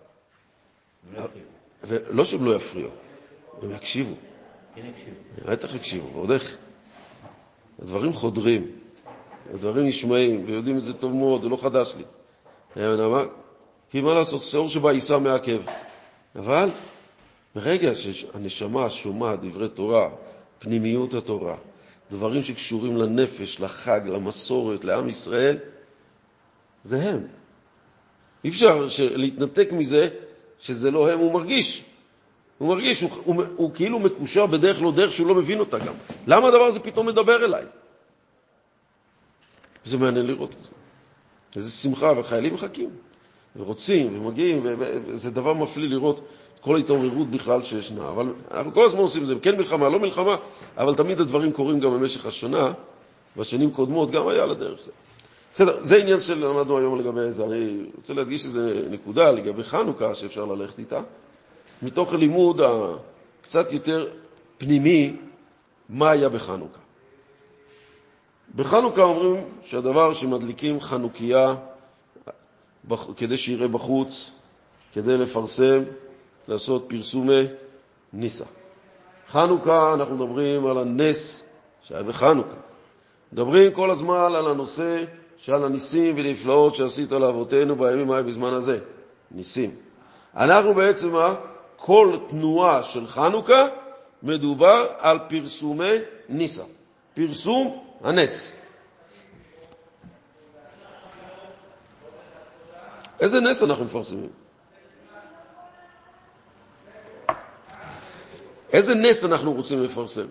ולא שהם לא יפריעו, הם יקשיבו. כן יקשיבו. בטח יקשיבו, ועוד איך. הדברים חודרים, הדברים נשמעים, ויודעים את זה טוב מאוד, זה לא חדש לי. כי מה לעשות, שעור שבא יישא מעכב. אבל ברגע שהנשמה שומעת דברי תורה, פנימיות התורה, דברים שקשורים לנפש, לחג, למסורת, לעם ישראל, זה הם. אי אפשר להתנתק מזה שזה לא הם, הוא מרגיש. הוא מרגיש, הוא, הוא, הוא כאילו מקושר בדרך לא דרך שהוא לא מבין אותה גם. למה הדבר הזה פתאום מדבר אליי? זה מעניין לראות את זה. איזה שמחה, וחיילים מחכים, ורוצים, ומגיעים, וזה דבר מפליא לראות כל ההתעוררות בכלל שישנה. אבל אנחנו כל הזמן עושים את זה, כן מלחמה, לא מלחמה, אבל תמיד הדברים קורים גם במשך השנה, בשנים קודמות גם היה לדרך זה. בסדר, זה עניין שלמדנו היום לגבי זה. אני רוצה להדגיש איזה נקודה לגבי חנוכה שאפשר ללכת איתה. מתוך הלימוד הקצת יותר פנימי, מה היה בחנוכה. בחנוכה אומרים שהדבר שמדליקים חנוכיה כדי שיראה בחוץ, כדי לפרסם, לעשות פרסומי ניסה. חנוכה, אנחנו מדברים על הנס שהיה בחנוכה. מדברים כל הזמן על הנושא שעל הניסים ונפלאות שעשית לאבותינו בימים ההם בזמן הזה. ניסים. אנחנו בעצם, כל תנועה של חנוכה מדובר על פרסומי ניסה. פרסום הנס. איזה נס אנחנו מפרסמים? איזה נס אנחנו רוצים לפרסם?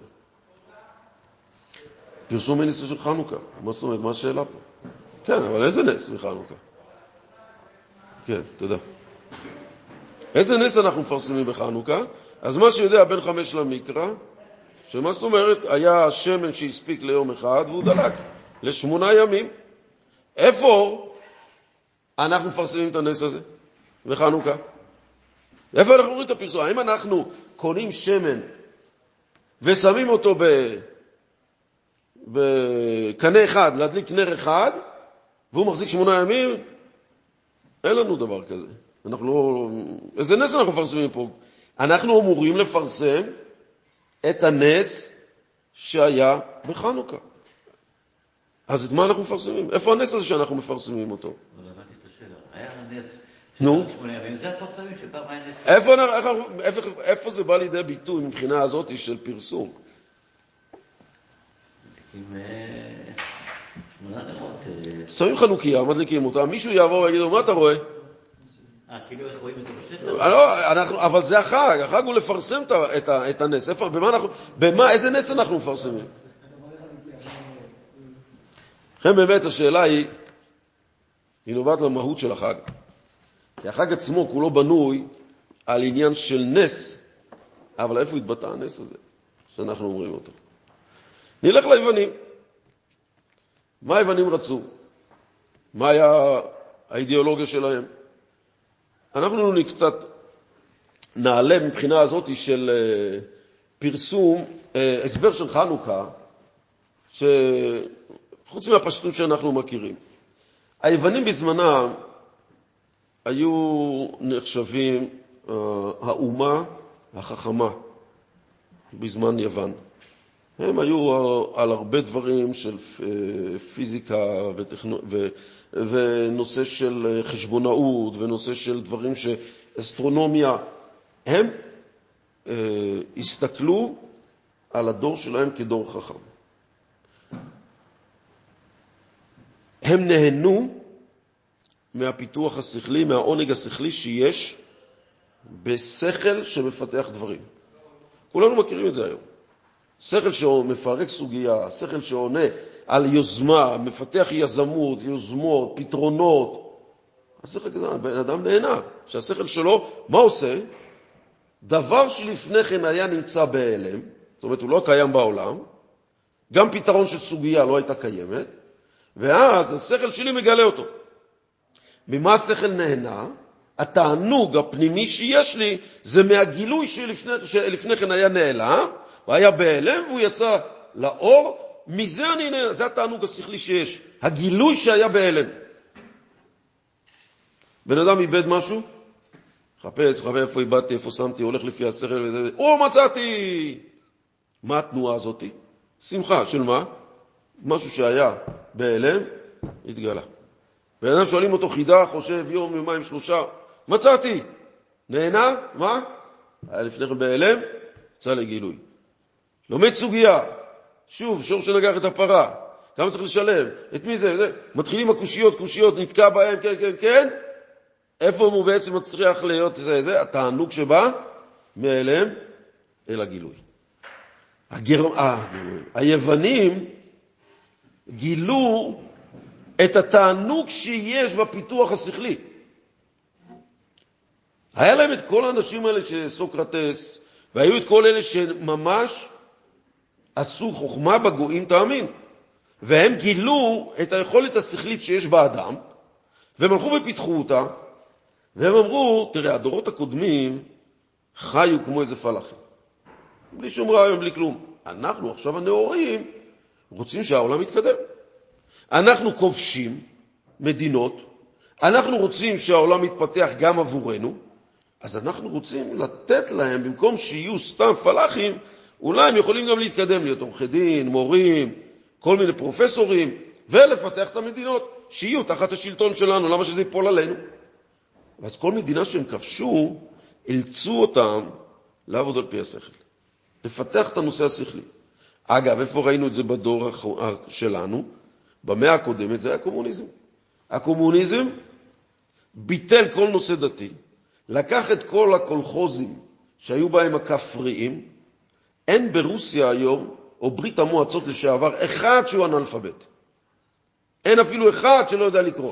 פרסום הניסה של חנוכה. מה זאת אומרת? מה השאלה פה? כן, אבל איזה נס מחנוכה? כן, תודה. איזה נס אנחנו מפרסמים בחנוכה? אז מה שיודע בין חמש למקרא, שמה זאת אומרת? היה שמן שהספיק ליום אחד והוא דלק לשמונה ימים. איפה אנחנו מפרסמים את הנס הזה בחנוכה? איפה אנחנו רואים את הפרסום? האם אנחנו קונים שמן ושמים אותו ב... בקנה אחד, להדליק נר אחד, והוא מחזיק שמונה ימים? אין לנו דבר כזה. אנחנו לא... איזה נס אנחנו מפרסמים פה? אנחנו אמורים לפרסם את הנס שהיה בחנוכה. אז את מה אנחנו מפרסמים? איפה הנס הזה שאנחנו מפרסמים אותו? לא הבנתי את השאלה. היה הנס נו? שמונה ימים, זה הפרסמים שפעם היה נס... איפה, איפה, איפה זה בא לידי ביטוי מבחינה הזאת של פרסום? עם שמונה נרות... שמים חנוכיה, מדליקים אותה, מישהו יעבור ויגיד לו, מה אתה רואה? אה, כאילו איך רואים את זה בשטח? לא, אנחנו, אבל זה החג, החג הוא לפרסם את, את, את הנס. איפה, במה אנחנו, במה, איזה נס אנחנו מפרסמים? לכן באמת השאלה היא, היא נובעת למהות של החג. כי החג עצמו כולו בנוי על עניין של נס, אבל איפה התבטא הנס הזה שאנחנו אומרים אותו? נלך ליוונים. מה היוונים רצו? מה היה האידיאולוגיה שלהם? אנחנו קצת נעלה מבחינה הזאת של פרסום, הסבר של חנוכה, שחוץ מהפשטות שאנחנו מכירים. היוונים בזמנם היו נחשבים האומה החכמה בזמן יוון. הם היו על הרבה דברים של פיזיקה וטכנו... ו... ונושא של חשבונאות ונושא של דברים שאסטרונומיה. הם אה, הסתכלו על הדור שלהם כדור חכם. הם נהנו מהפיתוח השכלי, מהעונג השכלי שיש בשכל שמפתח דברים. כולנו מכירים את זה היום. שכל שמפרק סוגיה, שכל שעונה על יוזמה, מפתח יזמות, יוזמות, פתרונות. השכל כזה, בן אדם נהנה, שהשכל שלו, מה עושה? דבר שלפני כן היה נמצא בהלם, זאת אומרת הוא לא קיים בעולם, גם פתרון של סוגיה לא הייתה קיימת, ואז השכל שלי מגלה אותו. ממה השכל נהנה? התענוג הפנימי שיש לי זה מהגילוי שלפני, שלפני כן היה נעלם, הוא היה בהלם והוא יצא לאור, מזה אני נהנה, זה התענוג השכלי שיש, הגילוי שהיה בהלם. בן אדם איבד משהו, חפש, חפש איפה איבדתי, איפה שמתי, הולך לפי השכל וזה, או מצאתי! מה התנועה הזאת? שמחה, של מה? משהו שהיה בהלם, התגלה. בן אדם שואלים אותו חידה, חושב יום, יומיים, שלושה, מצאתי! נהנה? מה? היה לפני כן בהלם, יצא לגילוי. לומד סוגיה, שוב, שור שנגח את הפרה. כמה צריך לשלם? את מי זה? זה? מתחילים הקושיות, קושיות, נתקע בהם, כן, כן, כן. איפה הוא בעצם מצליח להיות זה, זה? התענוג שבא מאליהם אל הגילוי. הגר... ה... היוונים גילו את התענוג שיש בפיתוח השכלי. היה להם את כל האנשים האלה שסוקרטס, והיו את כל אלה שממש עשו חוכמה בגויים, תאמין. והם גילו את היכולת השכלית שיש באדם, והם הלכו ופיתחו אותה, והם אמרו, תראה, הדורות הקודמים חיו כמו איזה פלאחים. בלי שום רעיון, בלי כלום. אנחנו עכשיו הנאורים רוצים שהעולם יתקדם. אנחנו כובשים מדינות, אנחנו רוצים שהעולם יתפתח גם עבורנו, אז אנחנו רוצים לתת להם, במקום שיהיו סתם פלאחים, אולי הם יכולים גם להתקדם, להיות עורכי דין, מורים, כל מיני פרופסורים, ולפתח את המדינות, שיהיו תחת השלטון שלנו, למה שזה ייפול עלינו? אז כל מדינה שהם כבשו, אילצו אותם לעבוד על פי השכל, לפתח את הנושא השכלי. אגב, איפה ראינו את זה בדור שלנו? במאה הקודמת זה היה הקומוניזם. הקומוניזם ביטל כל נושא דתי, לקח את כל הקולחוזים שהיו בהם הכפריים, אין ברוסיה היום, או ברית המועצות לשעבר, אחד שהוא אנאלפבית. אין אפילו אחד שלא יודע לקרוא.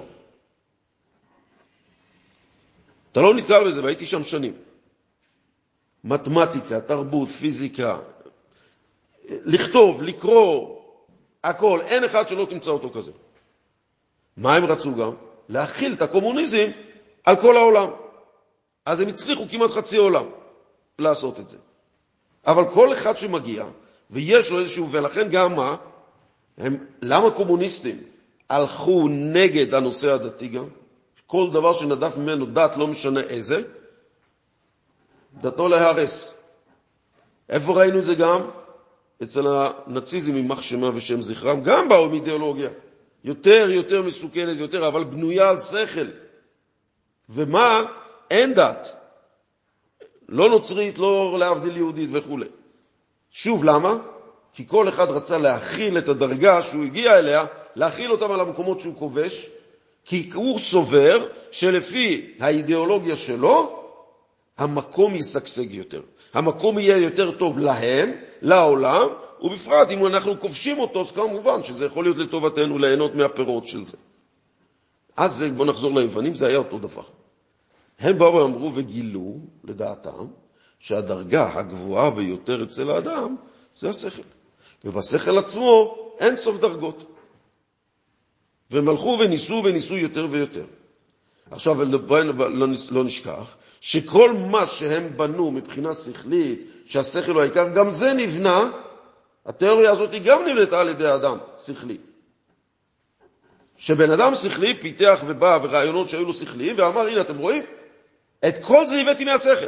אתה לא נתקל בזה, והייתי שם שנים. מתמטיקה, תרבות, פיזיקה, לכתוב, לקרוא, הכל, אין אחד שלא תמצא אותו כזה. מה הם רצו גם? להכיל את הקומוניזם על כל העולם. אז הם הצליחו כמעט חצי עולם לעשות את זה. אבל כל אחד שמגיע, ויש לו איזשהו, ולכן גם מה? הם, למה קומוניסטים הלכו נגד הנושא הדתי גם? כל דבר שנדף ממנו דת, לא משנה איזה, דתו להרס. איפה ראינו את זה גם? אצל הנאציזם יימח שמם ושם זכרם, גם באו עם אידיאולוגיה. יותר, יותר מסוכנת, יותר, אבל בנויה על שכל. ומה? אין דת. לא נוצרית, לא להבדיל יהודית וכו'. שוב, למה? כי כל אחד רצה להכיל את הדרגה שהוא הגיע אליה, להכיל אותם על המקומות שהוא כובש, כי הוא סובר שלפי האידיאולוגיה שלו, המקום יסגשג יותר. המקום יהיה יותר טוב להם, לעולם, ובפרט אם אנחנו כובשים אותו, אז כמובן שזה יכול להיות לטובתנו ליהנות מהפירות של זה. אז בואו נחזור ליוונים, זה היה אותו דבר. הם באו ואמרו וגילו, לדעתם, שהדרגה הגבוהה ביותר אצל האדם זה השכל. ובשכל עצמו אין סוף דרגות. והם הלכו וניסו וניסו יותר ויותר. עכשיו, לא נשכח שכל מה שהם בנו מבחינה שכלית, שהשכל הוא העיקר, גם זה נבנה, התיאוריה הזאת היא גם נבנתה על ידי האדם שכלי. שבן אדם שכלי פיתח ובא ורעיונות שהיו לו שכליים, ואמר, הנה אתם רואים, את כל זה הבאתי מהשכל.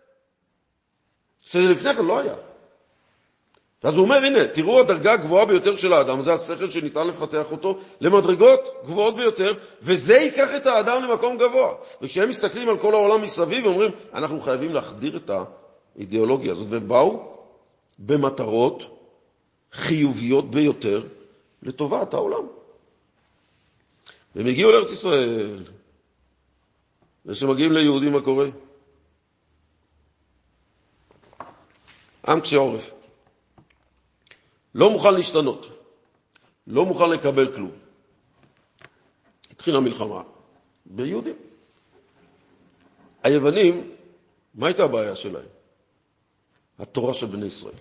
שזה לפני כן לא היה. אז הוא אומר, הנה, תראו הדרגה הגבוהה ביותר של האדם, זה השכל שניתן לפתח אותו למדרגות גבוהות ביותר, וזה ייקח את האדם למקום גבוה. וכשהם מסתכלים על כל העולם מסביב, אומרים, אנחנו חייבים להחדיר את האידיאולוגיה הזאת, והם באו במטרות חיוביות ביותר לטובת העולם. והם הגיעו לארץ ישראל, ושמגיעים ליהודים מה קורה? עם קשה עורף. לא מוכן להשתנות. לא מוכן לקבל כלום. התחילה מלחמה ביהודים. היוונים, מה הייתה הבעיה שלהם? התורה של בני ישראל.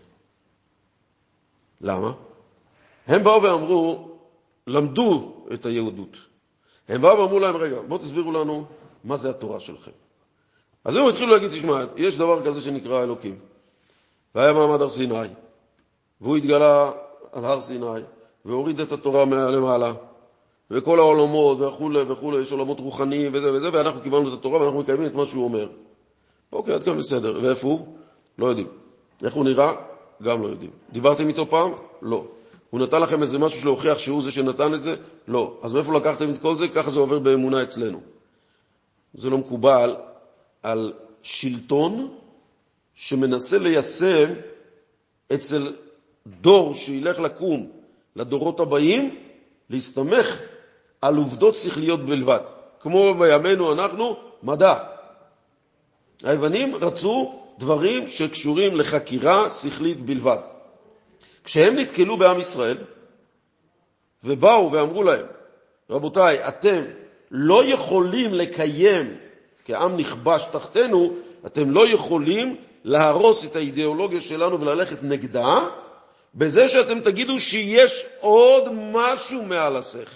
למה? הם באו ואמרו, למדו את היהודות. הם באו ואמרו להם, רגע, בואו תסבירו לנו מה זה התורה שלכם. אז הם התחילו להגיד, תשמע, יש דבר כזה שנקרא אלוקים. והיה מעמד הר סיני, והוא התגלה על הר סיני, והוריד את התורה למעלה, וכל העולמות וכו' וכו', יש עולמות רוחניים וזה וזה, ואנחנו קיבלנו את התורה ואנחנו מקיימים את מה שהוא אומר. אוקיי, עד כאן בסדר. ואיפה הוא? לא יודעים. איך הוא נראה? גם לא יודעים. דיברתם איתו פעם? לא. הוא נתן לכם איזה משהו שלהוכיח שהוא זה שנתן את זה? לא. אז מאיפה לקחתם את כל זה? ככה זה עובר באמונה אצלנו. זה לא מקובל על שלטון שמנסה ליישם אצל דור שילך לקום לדורות הבאים, להסתמך על עובדות שכליות בלבד. כמו בימינו אנחנו, מדע. היוונים רצו דברים שקשורים לחקירה שכלית בלבד. כשהם נתקלו בעם ישראל, ובאו ואמרו להם, רבותיי, אתם לא יכולים לקיים, כעם נכבש תחתנו, אתם לא יכולים להרוס את האידיאולוגיה שלנו וללכת נגדה, בזה שאתם תגידו שיש עוד משהו מעל השכל.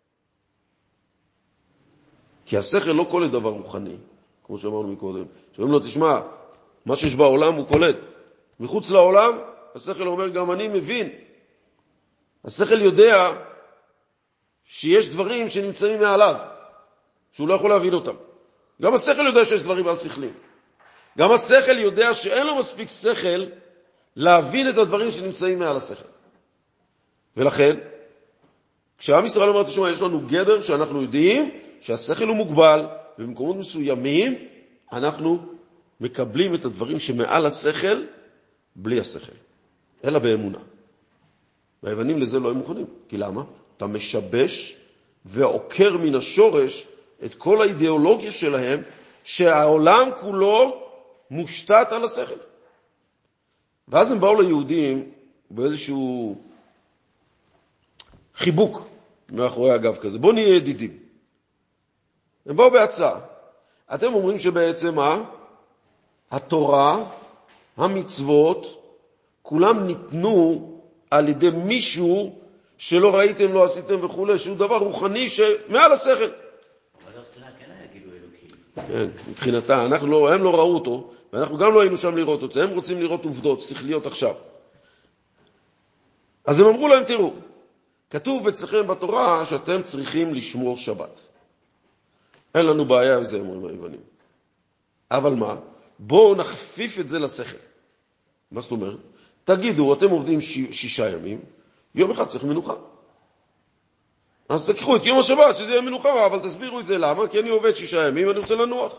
כי השכל לא קולט דבר רוחני, כמו שאמרנו מקודם. שאומרים לו, תשמע, מה שיש בעולם הוא קולט. מחוץ לעולם, השכל אומר, גם אני מבין. השכל יודע שיש דברים שנמצאים מעליו, שהוא לא יכול להבין אותם. גם השכל יודע שיש דברים על שכלים. גם השכל יודע שאין לו מספיק שכל להבין את הדברים שנמצאים מעל השכל. ולכן, כשעם ישראל אומר, תשמע, יש לנו גדר שאנחנו יודעים שהשכל הוא מוגבל, ובמקומות מסוימים אנחנו מקבלים את הדברים שמעל השכל בלי השכל, אלא באמונה. והיוונים לזה לא הם מוכנים. כי למה? אתה משבש ועוקר מן השורש את כל האידיאולוגיה שלהם, שהעולם כולו מושתת על השכל. ואז הם באו ליהודים באיזשהו חיבוק מאחורי הגב כזה. בוא נהיה ידידים. הם באו בהצעה. אתם אומרים שבעצם מה? התורה, המצוות, כולם ניתנו על ידי מישהו שלא ראיתם, לא עשיתם וכו', שהוא דבר רוחני שמעל השכל. אבל הרסנה כן היה גילוי אלוקי. כן, מבחינתה, אנחנו לא, הם לא ראו אותו, ואנחנו גם לא היינו שם לראות אותו, הם רוצים לראות עובדות, שכליות עכשיו. אז הם אמרו להם, תראו, כתוב אצלכם בתורה שאתם צריכים לשמור שבת. אין לנו בעיה עם זה, אמרים היוונים. אבל מה? בואו נחפיף את זה לשכל. מה זאת אומרת? תגידו, אתם עובדים שישה ימים, יום אחד צריך מנוחה. אז תקחו את יום השבת, שזה יהיה מנוחה, אבל תסבירו את זה למה? כי אני עובד שישה ימים, אני רוצה לנוח.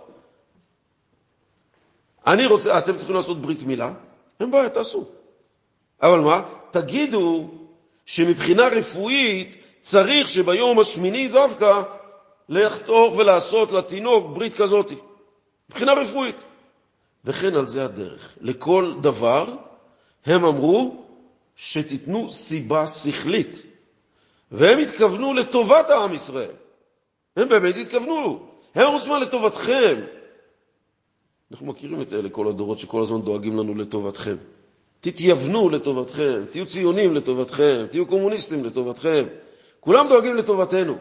אני רוצה, אתם צריכים לעשות ברית מילה, אין בעיה, תעשו. אבל מה? תגידו שמבחינה רפואית צריך שביום השמיני דווקא לחתוך ולעשות לתינוק ברית כזאת. מבחינה רפואית. וכן על זה הדרך. לכל דבר הם אמרו שתיתנו סיבה שכלית. והם התכוונו לטובת העם ישראל. הם באמת התכוונו. הם רוצים לטובתכם. אנחנו מכירים את אלה, כל הדורות שכל הזמן דואגים לנו לטובתכם. תתייוונו לטובתכם, תהיו ציונים לטובתכם, תהיו קומוניסטים לטובתכם. כולם דואגים לטובתנו.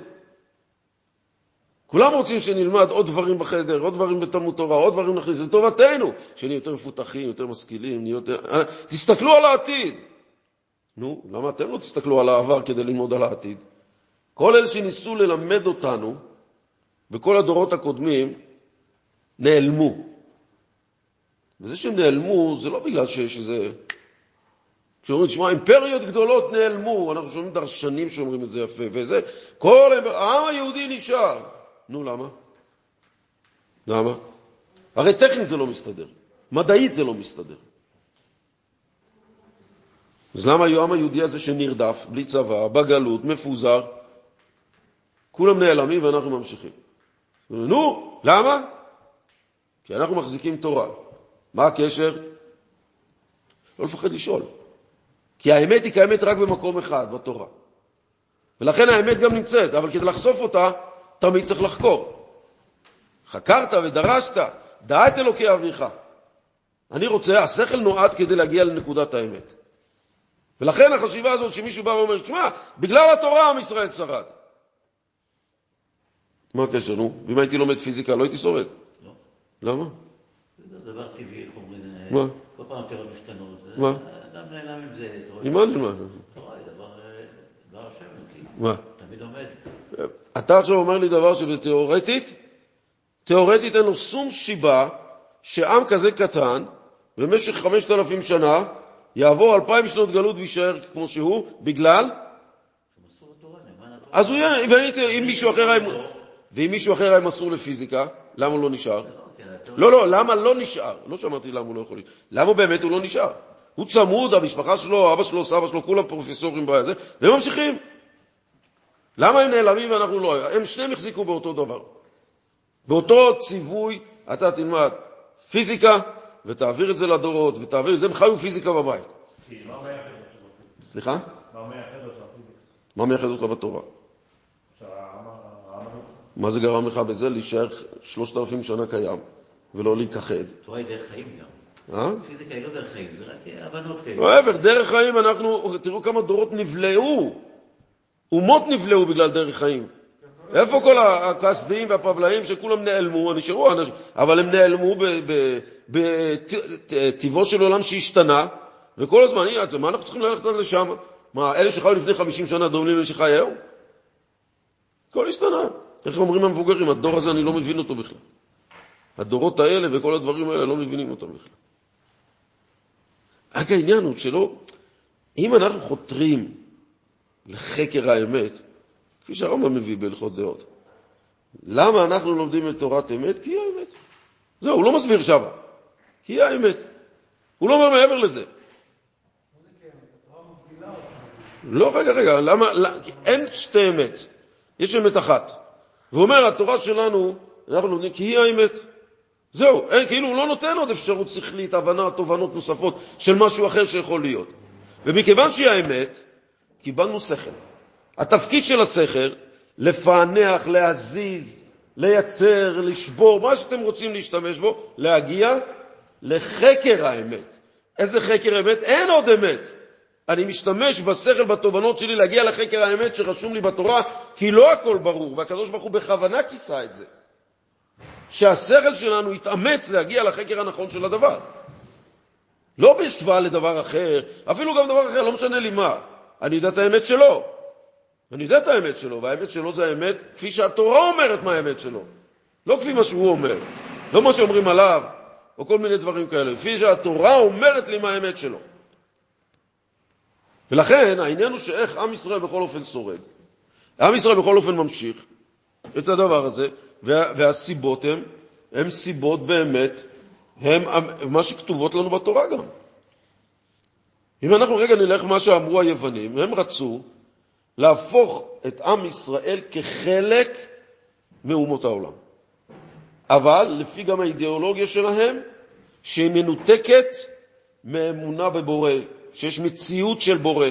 כולם רוצים שנלמד עוד דברים בחדר, עוד דברים בתלמוד תורה, עוד דברים נכניס. זה טובתנו, שנהיה יותר מפותחים, יותר משכילים, יותר... תסתכלו על העתיד. נו, למה אתם לא תסתכלו על העבר כדי ללמוד על העתיד? כל אלה שניסו ללמד אותנו, בכל הדורות הקודמים, נעלמו. וזה שהם נעלמו, זה לא בגלל שיש איזה... כשאומרים, תשמע, אימפריות גדולות נעלמו, אנחנו שומעים דרשנים שאומרים את זה יפה, וזה, כל העם היהודי נשאר. נו, למה? למה? הרי טכנית זה לא מסתדר. מדעית זה לא מסתדר. אז למה העם היהודי הזה שנרדף, בלי צבא, בגלות, מפוזר, כולם נעלמים ואנחנו ממשיכים. נו, למה? כי אנחנו מחזיקים תורה. מה הקשר? לא לפחד לשאול. כי האמת היא קיימת רק במקום אחד, בתורה. ולכן האמת גם נמצאת, אבל כדי לחשוף אותה, תמיד צריך לחקור. חקרת ודרשת, דע את אלוקי אביך. אני רוצה, השכל נועד כדי להגיע לנקודת האמת. ולכן החשיבה הזאת שמישהו בא ואומר, תשמע, בגלל התורה עם ישראל שרד. מה הקשר, נו? ואם הייתי לומד פיזיקה, לא הייתי שורד. לא. למה? זה דבר טבעי, איך אומרים? מה? כל פעם תראה משתנות. מה? אדם נעלם עם זה. עם מה נלמד? תורה היא דבר, דבר השם, מה? תמיד עומד. אתה עכשיו אומר לי דבר שבתיאורטית, תיאורטית אין לו שום שיבה שעם כזה קטן, במשך חמשת אלפים שנה, יעבור אלפיים שנות גלות וישאר כמו שהוא, בגלל? שמסור התורה, נאמן התורה. אז הוא יהיה, אם מישהו אחר היה, ואם מישהו אחר היה מסור לפיזיקה, למה הוא לא נשאר? לא, לא, למה לא נשאר? לא שמעתי למה הוא לא יכול. למה באמת הוא לא נשאר? הוא צמוד, המשפחה שלו, אבא שלו, סבא שלו, כולם פרופסורים בזה, והם ממשיכים. למה הם נעלמים ואנחנו לא? הם שניהם החזיקו באותו דבר. באותו ציווי, אתה תלמד פיזיקה, ותעביר את זה לדורות, ותעביר את זה, הם חיו פיזיקה בבית. מה מייחד אותו? סליחה? מה מייחד אותו הפיזיקה? מה מייחד אותך בתורה? מה זה גרם לך בזה? להישאר שלושת אלפים שנה קיים, ולא להיכחד. תורה היא דרך חיים גם. אה? פיזיקה היא לא דרך חיים, זה רק הבנות כאלה. לא עבר, דרך חיים אנחנו, תראו כמה דורות נבלעו. אומות נבלעו בגלל דרך חיים. איפה כל הכסדיים והפבלאים שכולם נעלמו, נשארו אנשים, אבל הם נעלמו בטבעו של עולם שהשתנה, וכל הזמן, מה אנחנו צריכים ללכת עד לשם? מה, אלה שחיו לפני חמישים שנה דומים לאלה שחי היום? הכל השתנה. איך אומרים המבוגרים, הדור הזה אני לא מבין אותו בכלל. הדורות האלה וכל הדברים האלה לא מבינים אותם בכלל. רק העניין הוא שלא, אם אנחנו חותרים לחקר האמת, כפי שהרמב"ם מביא בהלכות דעות, למה אנחנו לומדים את תורת אמת? כי היא האמת. זהו, הוא לא מסביר שמה. כי היא האמת. הוא לא אומר מעבר לזה. לא, רגע, רגע, למה, אין שתי אמת. יש אמת אחת. והוא אומר, התורה שלנו, אנחנו לומדים, כי היא האמת. זהו, אין, כאילו הוא לא נותן עוד אפשרות שכלית, הבנה, תובנות נוספות של משהו אחר שיכול להיות. ומכיוון שהיא האמת, קיבלנו שכל. התפקיד של השכל, לפענח, להזיז, לייצר, לשבור, מה שאתם רוצים להשתמש בו, להגיע לחקר האמת. איזה חקר האמת? אין עוד אמת. אני משתמש בשכל, בתובנות שלי, להגיע לחקר האמת שרשום לי בתורה, כי לא הכל ברור, והקדוש ברוך הוא בכוונה כיסה את זה. שהשכל שלנו יתאמץ להגיע לחקר הנכון של הדבר. לא בשוואה לדבר אחר, אפילו גם דבר אחר, לא משנה לי מה. אני יודע את האמת שלו. אני יודע את האמת שלו, והאמת שלו זה האמת כפי שהתורה אומרת מה האמת שלו. לא כפי מה שהוא אומר. לא מה שאומרים עליו, או כל מיני דברים כאלה. כפי שהתורה אומרת לי מה האמת שלו. ולכן העניין הוא שאיך עם ישראל בכל אופן שורד. עם ישראל בכל אופן ממשיך את הדבר הזה, וה, והסיבות הם, הם סיבות באמת, הם מה שכתובות לנו בתורה גם. אם אנחנו רגע נלך מה שאמרו היוונים, הם רצו להפוך את עם ישראל כחלק מאומות העולם. אבל לפי גם האידיאולוגיה שלהם, שהיא מנותקת מאמונה בבורא, שיש מציאות של בורא.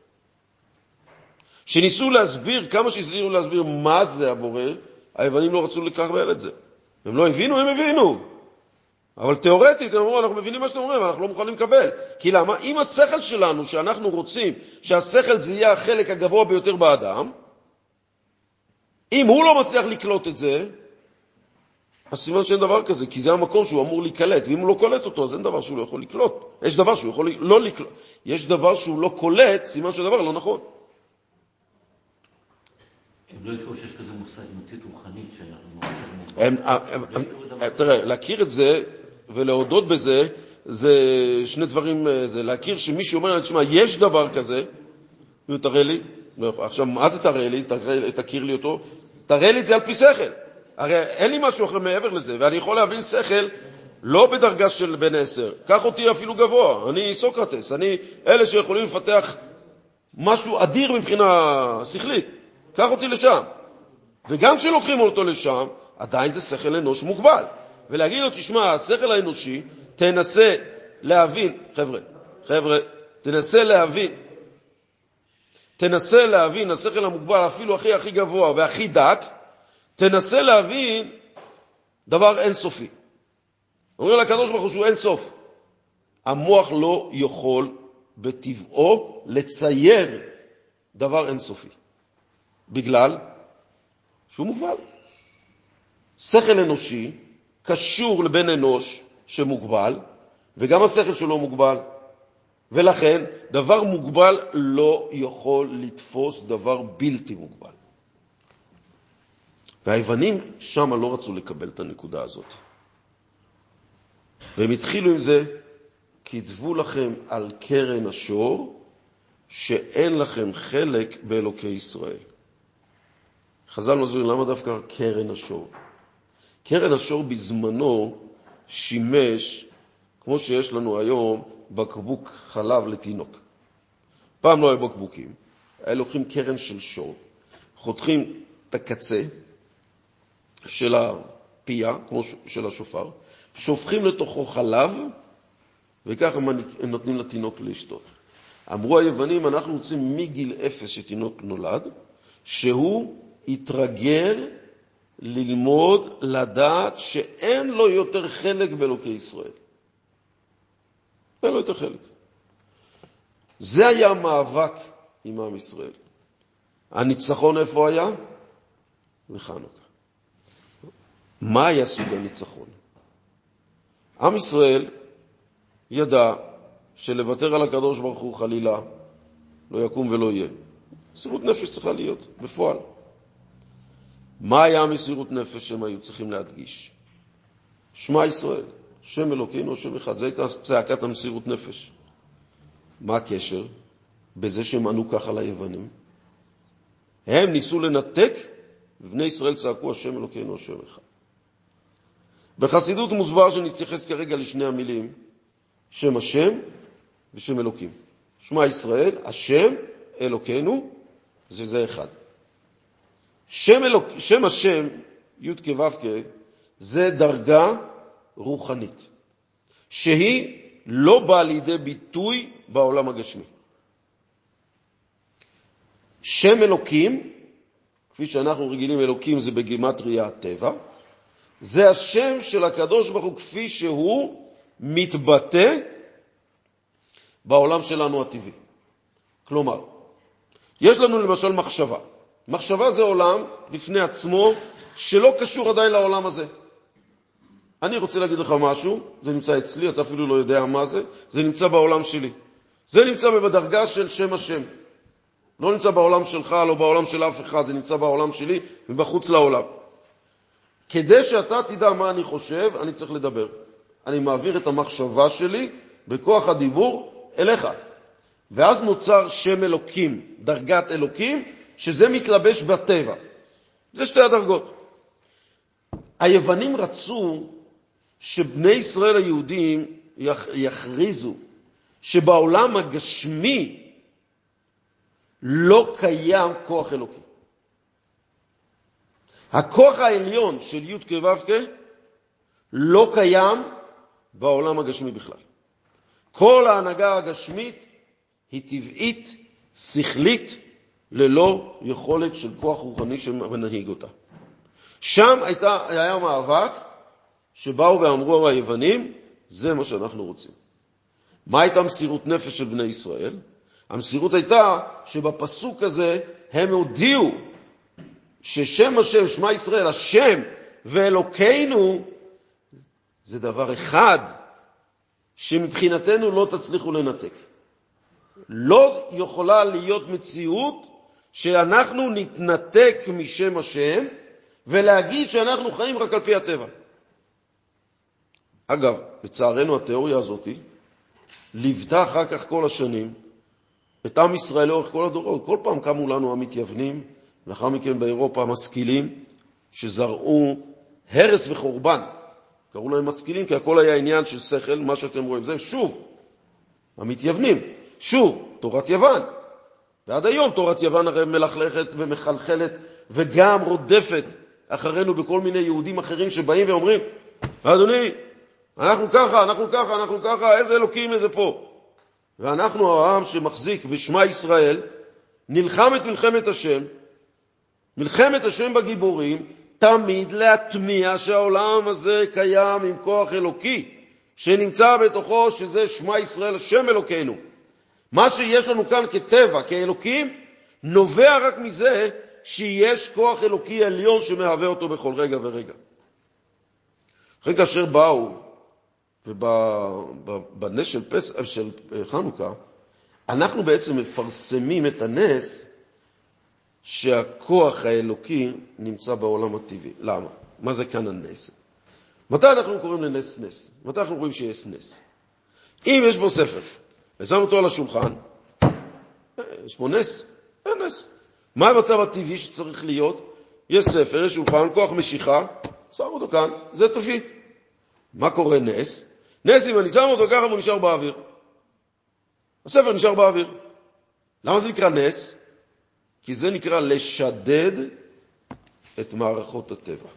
שניסו להסביר, כמה שניסו להסביר מה זה הבורא, היוונים לא רצו לקבל את זה. הם לא הבינו, הם הבינו. אבל תיאורטית, הם אמרו, אנחנו מבינים מה שאתם אומרים, אנחנו לא מוכנים לקבל. כי למה? אם השכל שלנו, שאנחנו רוצים שהשכל זה יהיה החלק הגבוה ביותר באדם, אם הוא לא מצליח לקלוט את זה, אז סימן שאין דבר כזה, כי זה המקום שהוא אמור להיקלט, ואם הוא לא קולט אותו, אז אין דבר שהוא לא יכול לקלוט. יש דבר שהוא יכול לא לקלוט. יש דבר שהוא לא קולט, סימן שהדבר לא נכון. הם לא יקראו שיש כזה מושג, מציאות רוחנית שאנחנו... תראה, להכיר את זה ולהודות בזה, זה שני דברים, זה להכיר שמישהו אומר, תשמע, יש דבר כזה, תראה לי, עכשיו, מה זה תראה לי? תכיר לי אותו, תראה לי את זה על פי שכל. הרי אין לי משהו אחר מעבר לזה, ואני יכול להבין שכל לא בדרגה של בן עשר. קח אותי אפילו גבוה, אני סוקרטס, אני אלה שיכולים לפתח משהו אדיר מבחינה שכלית. קח אותי לשם. וגם כשלוקחים אותו לשם, עדיין זה שכל אנוש מוגבל. ולהגיד לו, תשמע, השכל האנושי, תנסה להבין, חבר'ה, חבר'ה, תנסה להבין, תנסה להבין, השכל המוגבל אפילו הכי הכי גבוה והכי דק, תנסה להבין דבר אינסופי. אומרים לקדוש ברוך הוא שהוא אינסוף. המוח לא יכול בטבעו לצייר דבר אינסופי. בגלל שהוא מוגבל. שכל אנושי קשור לבן אנוש שמוגבל, וגם השכל שלו מוגבל. ולכן דבר מוגבל לא יכול לתפוס דבר בלתי מוגבל. והיוונים שם לא רצו לקבל את הנקודה הזאת. והם התחילו עם זה, כתבו לכם על קרן השור, שאין לכם חלק באלוקי ישראל. חז"ל מסבירים למה דווקא קרן השור. קרן השור בזמנו שימש כמו שיש לנו היום בקבוק חלב לתינוק. פעם לא היו בקבוקים, היה לוקחים קרן של שור, חותכים את הקצה של הפייה, כמו של השופר, שופכים לתוכו חלב, וככה נותנים לתינוק לשתות. אמרו היוונים, אנחנו רוצים מגיל אפס שתינוק נולד, שהוא יתרגל ללמוד, לדעת שאין לו יותר חלק באלוקי ישראל. אין לו יותר חלק. זה היה המאבק עם עם ישראל. הניצחון איפה היה? בחנוכה. מה היה סוג הניצחון? עם ישראל ידע שלוותר על הקדוש ברוך הוא חלילה לא יקום ולא יהיה. מסירות נפש צריכה להיות בפועל. מה היה מסירות נפש שהם היו צריכים להדגיש? שמע ישראל, שם אלוקינו, שם אחד. זו הייתה צעקת המסירות נפש. מה הקשר? בזה שהם ענו ככה ליוונים. הם ניסו לנתק, ובני ישראל צעקו השם אלוקינו, השם אחד. בחסידות מוסבר שנתייחס כרגע לשני המילים, שם השם ושם אלוקים. שמע ישראל, השם אלוקינו, זה זה אחד. שם, אלוק, שם השם, י' כו' כ', זה דרגה רוחנית, שהיא לא באה לידי ביטוי בעולם הגשמי. שם אלוקים, כפי שאנחנו רגילים אלוקים זה בגימטריה הטבע, זה השם של הקדוש ברוך הוא כפי שהוא מתבטא בעולם שלנו הטבעי. כלומר, יש לנו למשל מחשבה. מחשבה זה עולם בפני עצמו שלא קשור עדיין לעולם הזה. אני רוצה להגיד לך משהו, זה נמצא אצלי, אתה אפילו לא יודע מה זה, זה נמצא בעולם שלי. זה נמצא בדרגה של שם השם. לא נמצא בעולם שלך, לא בעולם של אף אחד, זה נמצא בעולם שלי ובחוץ לעולם. כדי שאתה תדע מה אני חושב, אני צריך לדבר. אני מעביר את המחשבה שלי בכוח הדיבור אליך. ואז נוצר שם אלוקים, דרגת אלוקים, שזה מתלבש בטבע. זה שתי הדרגות. היוונים רצו שבני ישראל היהודים יכריזו שבעולם הגשמי לא קיים כוח אלוקי. הכוח העליון של י' כו' כ' לא קיים בעולם הגשמי בכלל. כל ההנהגה הגשמית היא טבעית, שכלית, ללא יכולת של כוח רוחני שמנהיג אותה. שם הייתה, היה מאבק שבאו ואמרו היוונים, זה מה שאנחנו רוצים. מה הייתה מסירות נפש של בני ישראל? המסירות הייתה שבפסוק הזה הם הודיעו ששם השם, שמע ישראל, השם ואלוקינו, זה דבר אחד שמבחינתנו לא תצליחו לנתק. לא יכולה להיות מציאות שאנחנו נתנתק משם השם ולהגיד שאנחנו חיים רק על פי הטבע. אגב, לצערנו התיאוריה הזאת ליוותה אחר כך כל השנים את עם ישראל לאורך כל הדורות. כל פעם קמו לנו המתייוונים, לאחר מכן באירופה המשכילים, שזרעו הרס וחורבן. קראו להם משכילים כי הכל היה עניין של שכל, מה שאתם רואים. זה שוב, המתייוונים, שוב, תורת יוון. ועד היום תורת יוון הרי מלכלכת ומחלחלת וגם רודפת אחרינו בכל מיני יהודים אחרים שבאים ואומרים, אדוני, אנחנו ככה, אנחנו ככה, אנחנו ככה, איזה אלוקים, איזה פה. ואנחנו העם שמחזיק בשמה ישראל, נלחם את מלחמת השם, מלחמת השם בגיבורים, תמיד להטמיע שהעולם הזה קיים עם כוח אלוקי, שנמצא בתוכו שזה שמה ישראל, השם אלוקינו. מה שיש לנו כאן כטבע, כאלוקים, נובע רק מזה שיש כוח אלוקי עליון שמהווה אותו בכל רגע ורגע. אחרי כאשר באו, ובנס של, פס... של חנוכה, אנחנו בעצם מפרסמים את הנס שהכוח האלוקי נמצא בעולם הטבעי. למה? מה זה כאן הנס? מתי אנחנו קוראים לנס נס? מתי אנחנו רואים שיש נס? אם יש בו ספר, ושם אותו על השולחן, יש פה נס? אין נס. מה המצב הטבעי שצריך להיות? יש ספר, יש שולחן, כוח משיכה, שם אותו כאן, זה טבעי. מה קורה נס? נס אם אני שם אותו ככה והוא נשאר באוויר. הספר נשאר באוויר. למה זה נקרא נס? כי זה נקרא לשדד את מערכות הטבע.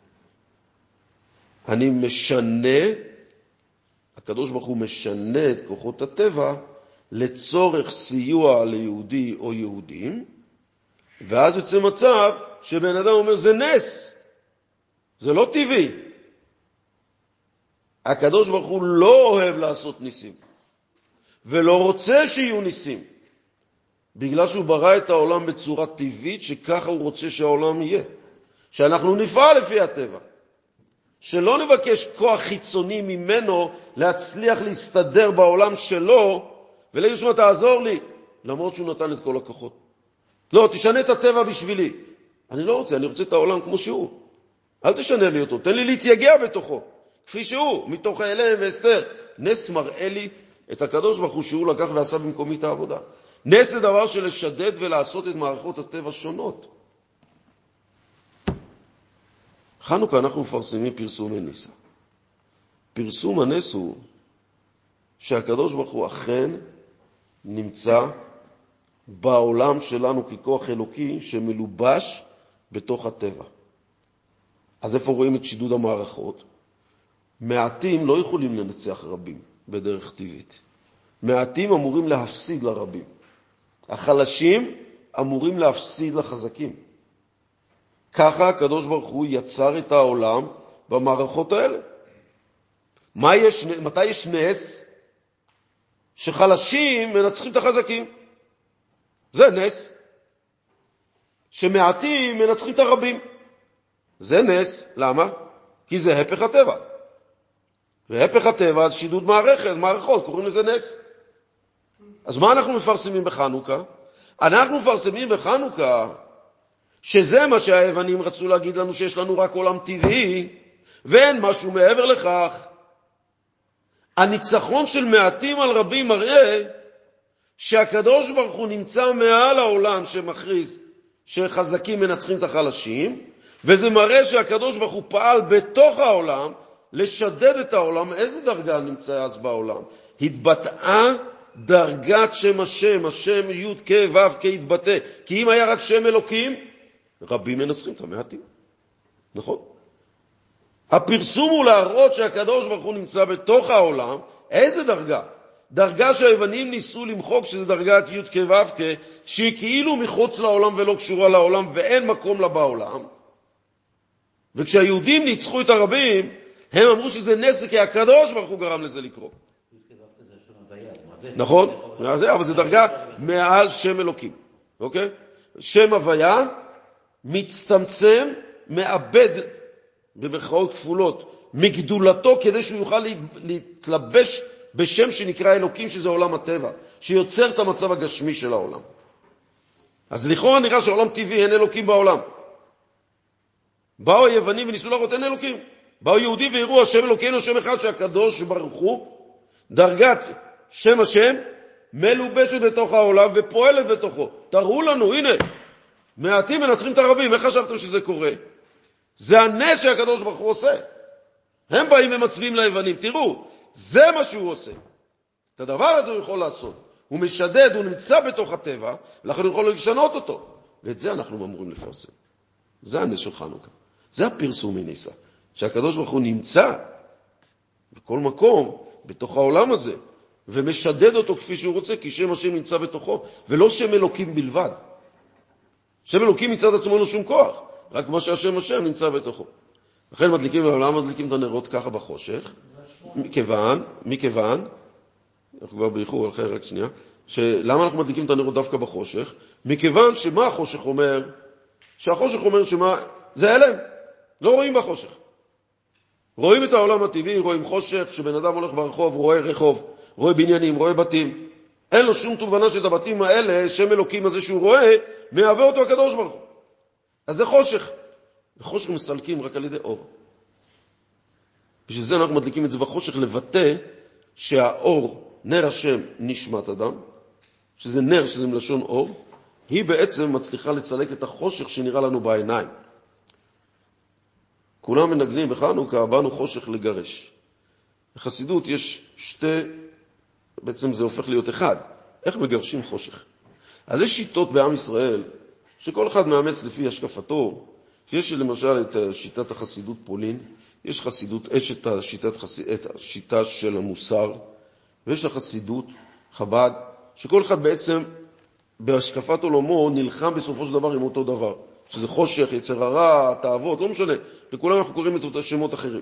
אני משנה, הקדוש ברוך הוא משנה את כוחות הטבע לצורך סיוע ליהודי או יהודים, ואז יוצא מצב שבן אדם אומר זה נס, זה לא טבעי. הקדוש ברוך הוא לא אוהב לעשות ניסים, ולא רוצה שיהיו ניסים, בגלל שהוא ברא את העולם בצורה טבעית, שככה הוא רוצה שהעולם יהיה. שאנחנו נפעל לפי הטבע. שלא נבקש כוח חיצוני ממנו להצליח להסתדר בעולם שלו, ולהגיד שמה תעזור לי, למרות שהוא נתן את כל הכוחות. לא, תשנה את הטבע בשבילי. אני לא רוצה, אני רוצה את העולם כמו שהוא. אל תשנה לי אותו, תן לי להתייגע בתוכו, כפי שהוא, מתוך האלם והסתר. נס מראה לי את הקדוש ברוך הוא שהוא לקח ועשה במקומי את העבודה. נס זה דבר של לשדד ולעשות את מערכות הטבע שונות. חנוכה אנחנו מפרסמים פרסומי ניסה. פרסום הנס הוא שהקדוש ברוך הוא אכן נמצא בעולם שלנו ככוח אלוקי שמלובש בתוך הטבע. אז איפה רואים את שידוד המערכות? מעטים לא יכולים לנצח רבים בדרך טבעית. מעטים אמורים להפסיד לרבים. החלשים אמורים להפסיד לחזקים. ככה הקדוש ברוך הוא יצר את העולם במערכות האלה. מה יש, מתי יש נס? שחלשים מנצחים את החזקים. זה נס. שמעטים מנצחים את הרבים. זה נס. למה? כי זה הפך הטבע. והפך הטבע זה שידוד מערכת, מערכות, קוראים לזה נס. אז מה אנחנו מפרסמים בחנוכה? אנחנו מפרסמים בחנוכה שזה מה שהיוונים רצו להגיד לנו, שיש לנו רק עולם טבעי, ואין משהו מעבר לכך. הניצחון של מעטים על רבים מראה שהקדוש ברוך הוא נמצא מעל העולם שמכריז שחזקים מנצחים את החלשים, וזה מראה שהקדוש ברוך הוא פעל בתוך העולם לשדד את העולם. איזה דרגה נמצא אז בעולם? התבטאה דרגת שם השם, השם י' כ' ו' כ' התבטא. כי אם היה רק שם אלוקים, רבים מנצחים את המעטים. נכון? הפרסום הוא להראות שהקדוש ברוך הוא נמצא בתוך העולם. איזה דרגה? דרגה שהיוונים ניסו למחוק, שזה דרגת י' כ' ו' כ', שהיא כאילו מחוץ לעולם ולא קשורה לעולם, ואין מקום לה בעולם. וכשהיהודים ניצחו את הרבים, הם אמרו שזה נס, כי הקדוש ברוך הוא גרם לזה לקרות. נכון? אבל זה דרגה מעל שם אלוקים. אוקיי? שם הוויה מצטמצם, מאבד במרכאות כפולות מגדולתו, כדי שהוא יוכל להתלבש בשם שנקרא אלוקים, שזה עולם הטבע, שיוצר את המצב הגשמי של העולם. אז לכאורה נראה שעולם טבעי, אין אלוקים בעולם. באו היוונים וניסו להראות אין אלוקים. באו יהודים והראו השם אלוקינו, שם אחד, שהקדוש ברוך הוא, דרגת שם השם, מלובשת בתוך העולם ופועלת בתוכו. תראו לנו, הנה, מעטים מנצחים את הרבים. איך חשבתם שזה קורה? זה הנס שהקדוש ברוך הוא עושה. הם באים ומצביעים ליוונים, תראו, זה מה שהוא עושה. את הדבר הזה הוא יכול לעשות. הוא משדד, הוא נמצא בתוך הטבע, לכן הוא יכול לשנות אותו. ואת זה אנחנו אמורים לפרסם. זה הנס של חנוכה. זה הפרסום מניסה. שהקדוש ברוך הוא נמצא בכל מקום, בתוך העולם הזה, ומשדד אותו כפי שהוא רוצה, כי שם השם נמצא בתוכו, ולא שם אלוקים בלבד. שם אלוקים מצד עצמו אין לו שום כוח, רק מה שהשם השם נמצא בתוכו. לכן מדליקים, למה מדליקים את הנרות ככה בחושך? מכיוון, מכיוון, אנחנו כבר באיחור, אחרי רק שנייה, שלמה אנחנו מדליקים את הנרות דווקא בחושך? מכיוון שמה החושך אומר? שהחושך אומר שמה, זה הלם, לא רואים בחושך. רואים את העולם הטבעי, רואים חושך, שבן אדם הולך ברחוב, רואה רחוב, רואה בניינים, רואה בתים. אין לו שום תובנה שאת הבתים האלה, שם אלוקים הזה שהוא רואה, מהווה אותו הקדוש ברוך הוא. אז זה חושך. וחושך מסלקים רק על ידי אור. בשביל זה אנחנו מדליקים את זה בחושך, לבטא שהאור, נר השם, נשמת אדם, שזה נר, שזה מלשון אור, היא בעצם מצליחה לסלק את החושך שנראה לנו בעיניים. כולם מנגנים בחנוכה, באנו חושך לגרש. בחסידות יש שתי, בעצם זה הופך להיות אחד. איך מגרשים חושך? אז יש שיטות בעם ישראל, שכל אחד מאמץ לפי השקפתו, שיש למשל את שיטת החסידות פולין, יש חסידות, יש את השיטת, את השיטה של המוסר, ויש החסידות חב"ד, שכל אחד בעצם בהשקפת עולמו נלחם בסופו של דבר עם אותו דבר, שזה חושך, יצר הרע, תאוות, לא משנה, לכולם אנחנו קוראים את אותם שמות אחרים.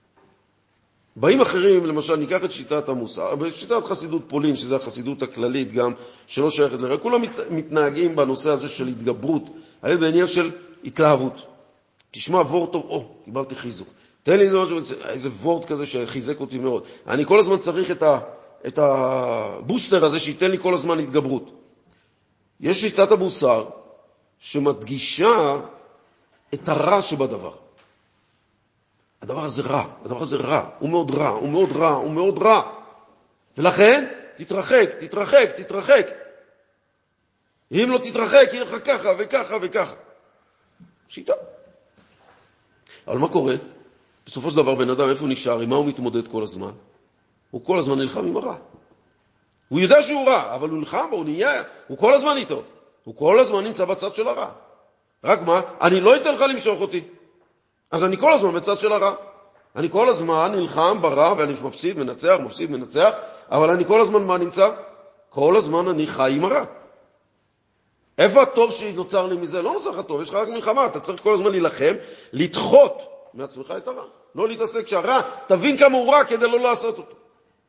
באים אחרים, למשל, ניקח את שיטת המוסר, בשיטת חסידות פולין, שזה החסידות הכללית גם, שלא שייכת לרע, כולם מתנהגים בנושא הזה של התגברות, היה בעניין של התלהבות. תשמע וורט טוב, או, קיבלתי חיזוק. תן לי איזה משהו, איזה וורט כזה שחיזק אותי מאוד. אני כל הזמן צריך את, ה, את הבוסטר הזה שייתן לי כל הזמן התגברות. יש שיטת המוסר שמדגישה את הרע שבדבר. הדבר הזה רע, הדבר הזה רע, הוא מאוד רע, הוא מאוד רע, הוא מאוד רע. ולכן, תתרחק, תתרחק, תתרחק. אם לא תתרחק, יהיה לך ככה וככה וככה. שיטה. אבל מה קורה? בסופו של דבר בן אדם, איפה הוא נשאר? עם מה הוא מתמודד כל הזמן? הוא כל הזמן נלחם עם הרע. הוא יודע שהוא רע, אבל הוא נלחם בו, הוא נהיה, הוא כל הזמן איתו. הוא כל הזמן נמצא בצד של הרע. רק מה? אני לא אתן לך למשוך אותי. אז אני כל הזמן בצד של הרע. אני כל הזמן נלחם ברע, ואני מפסיד, מנצח, מפסיד, מנצח, אבל אני כל הזמן מה נמצא? כל הזמן אני חי עם הרע. איפה הטוב שנוצר לי מזה? לא נוצר לך טוב, יש לך רק מלחמה, אתה צריך כל הזמן להילחם, לדחות מעצמך את הרע. לא להתעסק שהרע, תבין כמה הוא רע כדי לא לעשות אותו.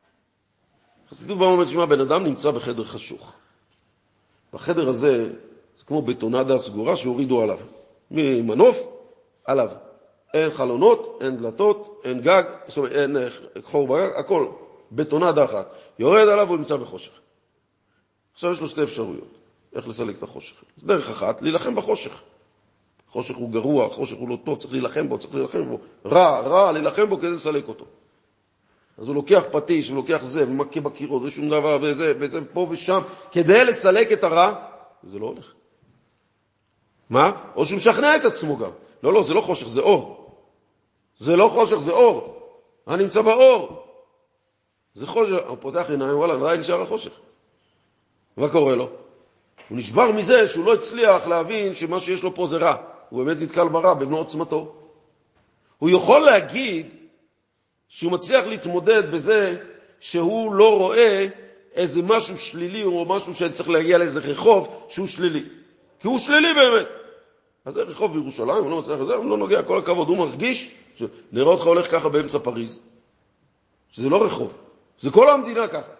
חסידות באומרת שמה, בן אדם נמצא בחדר חשוך. בחדר הזה, זה כמו בטונדה סגורה שהורידו עליו. ממנוף, עליו. אין חלונות, אין דלתות, אין גג, זאת אומרת, אין חור בגג, הכל. בטונדה אחת. יורד עליו והוא נמצא בחושך. עכשיו יש לו שתי אפשרויות. איך לסלק את החושך? זה דרך אחת, להילחם בחושך. חושך הוא גרוע, חושך הוא לא טוב, צריך להילחם בו, צריך להילחם בו. רע, רע, להילחם בו כדי לסלק אותו. אז הוא לוקח פטיש, הוא לוקח זה, ומכה בקירות, ושום דבר, וזה, וזה פה ושם, כדי לסלק את הרע, זה לא הולך. מה? או שהוא משכנע את עצמו גם. לא, לא, זה לא חושך, זה אור. זה לא חושך, זה אור. אני נמצא באור. זה חושך, הוא פותח עיניים, וואלה, עדיין נשאר החושך. מה קורה לו? הוא נשבר מזה שהוא לא הצליח להבין שמה שיש לו פה זה רע. הוא באמת נתקל ברע במלוא עוצמתו. הוא יכול להגיד שהוא מצליח להתמודד בזה שהוא לא רואה איזה משהו שלילי או משהו שצריך להגיע לאיזה רחוב שהוא שלילי. כי הוא שלילי באמת. אז זה רחוב בירושלים, הוא לא מצליח לזה, הוא לא נוגע, כל הכבוד, הוא מרגיש שנראה אותך הולך ככה באמצע פריז. שזה לא רחוב, זה כל המדינה ככה.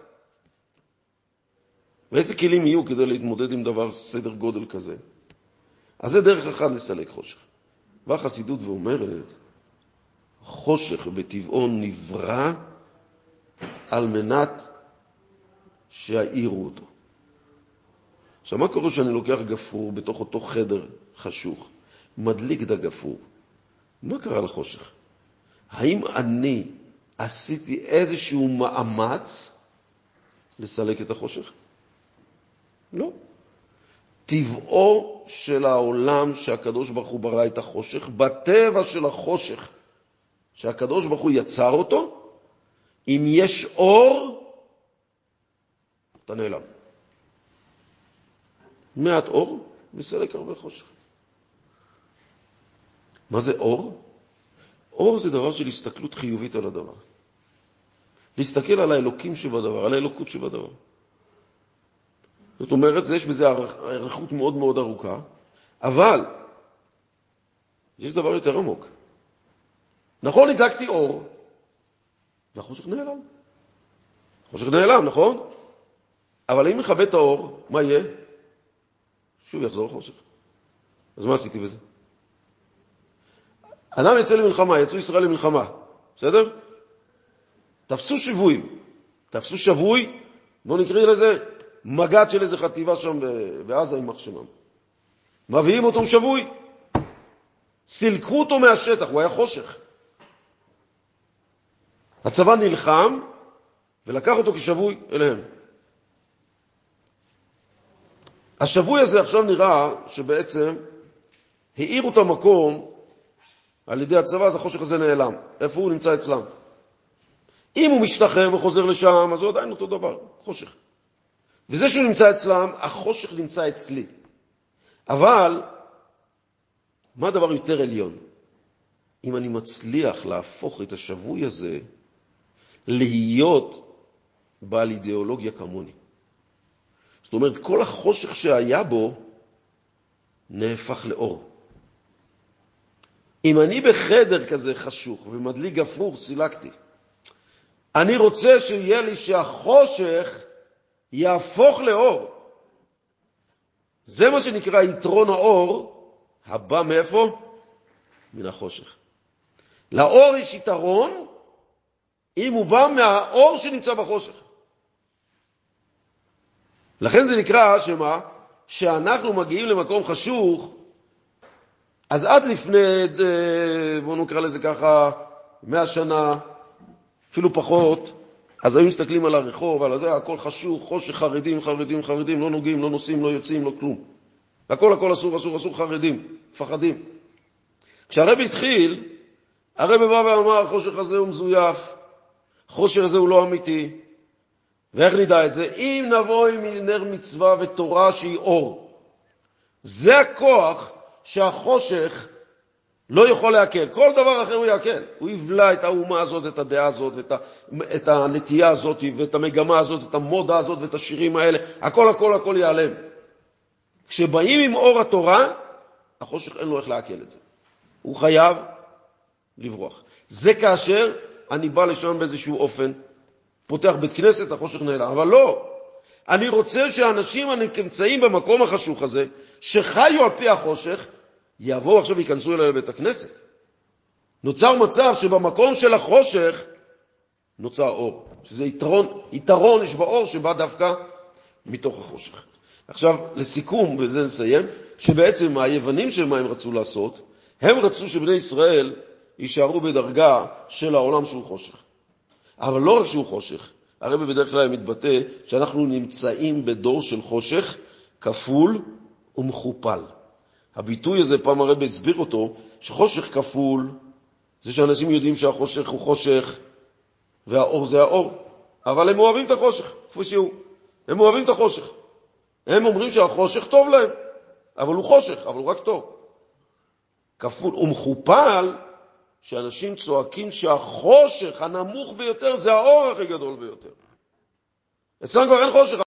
ואיזה כלים יהיו כדי להתמודד עם דבר סדר גודל כזה? אז זה דרך אחת לסלק חושך. והחסידות ואומרת, חושך בטבעו נברא על מנת שיעירו אותו. עכשיו, מה קורה שאני לוקח גפרור בתוך אותו חדר חשוך, מדליק את הגפרור? מה קרה לחושך? האם אני עשיתי איזשהו מאמץ לסלק את החושך? לא. טבעו של העולם שהקדוש ברוך הוא ברא את החושך, בטבע של החושך שהקדוש ברוך הוא יצר אותו, אם יש אור, אתה נעלם. מעט אור, מסלק הרבה חושך. מה זה אור? אור זה דבר של הסתכלות חיובית על הדבר. להסתכל על האלוקים שבדבר, על האלוקות שבדבר. זאת אומרת, יש בזה ערכות מאוד מאוד ארוכה, אבל יש דבר יותר עמוק. נכון, הדלקתי אור, והחושך נעלם. החושך נעלם, נכון? אבל אם נכבה את האור, מה יהיה? שוב יחזור החושך. אז מה עשיתי בזה? אדם יצא למלחמה, יצאו ישראל למלחמה, בסדר? תפסו שבויים. תפסו שבוי, בואו נקריא לזה, מגד של איזה חטיבה שם בעזה עם מחשמם. מביאים אותו שבוי. סילקו אותו מהשטח, הוא היה חושך. הצבא נלחם ולקח אותו כשבוי אליהם. השבוי הזה עכשיו נראה שבעצם העירו את המקום על ידי הצבא, אז החושך הזה נעלם. איפה הוא? נמצא אצלם. אם הוא משתחרר וחוזר לשם, אז הוא עדיין אותו דבר, חושך. וזה שהוא נמצא אצלם, החושך נמצא אצלי. אבל, מה הדבר יותר עליון? אם אני מצליח להפוך את השבוי הזה להיות בעל אידיאולוגיה כמוני. זאת אומרת, כל החושך שהיה בו נהפך לאור. אם אני בחדר כזה חשוך ומדליק גפרור, סילקתי. אני רוצה שיהיה לי שהחושך יהפוך לאור. זה מה שנקרא יתרון האור, הבא מאיפה? מן החושך. לאור יש יתרון אם הוא בא מהאור שנמצא בחושך. לכן זה נקרא שמה? שאנחנו מגיעים למקום חשוך, אז עד לפני, בואו נקרא לזה ככה, מאה שנה, אפילו פחות, אז היו מסתכלים על הרחוב, על זה, הכל חשוך, חושך, חרדים, חרדים, חרדים, לא נוגעים, לא נוסעים, לא יוצאים, לא כלום. הכל, הכל אסור, אסור, אסור, חרדים, פחדים. כשהרבי התחיל, הרבי בא ואמר, החושך הזה הוא מזויף, החושך הזה הוא לא אמיתי. ואיך נדע את זה? אם נבוא עם נר מצווה ותורה שהיא אור. זה הכוח שהחושך לא יכול להקל. כל דבר אחר הוא יעקל. הוא יבלע את האומה הזאת, את הדעה הזאת, ואת ה, את הנטייה הזאת, ואת המגמה הזאת, ואת המודה הזאת, ואת השירים האלה. הכל, הכל, הכל ייעלם. כשבאים עם אור התורה, החושך אין לו איך להקל את זה. הוא חייב לברוח. זה כאשר אני בא לשם באיזשהו אופן, פותח בית כנסת, החושך נעלם. אבל לא. אני רוצה שאנשים הנמצאים במקום החשוך הזה, שחיו על פי החושך, יבואו עכשיו ויכנסו אליי לבית הכנסת. נוצר מצב שבמקום של החושך, נוצר אור. שזה יתרון, יתרון יש באור שבא דווקא מתוך החושך. עכשיו, לסיכום, בזה נסיים, שבעצם היוונים של מה הם רצו לעשות, הם רצו שבני ישראל יישארו בדרגה של העולם שהוא חושך. אבל לא רק שהוא חושך, הרבי בדרך כלל מתבטא שאנחנו נמצאים בדור של חושך כפול ומכופל. הביטוי הזה, פעם הרבי הסביר אותו, שחושך כפול, זה שאנשים יודעים שהחושך הוא חושך, והאור זה האור. אבל הם אוהבים את החושך, כפי שהוא. הם אוהבים את החושך. הם אומרים שהחושך טוב להם, אבל הוא חושך, אבל הוא רק טוב. כפול ומכופל, שאנשים צועקים שהחושך הנמוך ביותר זה האור הכי גדול ביותר. אצלנו כבר אין חושך.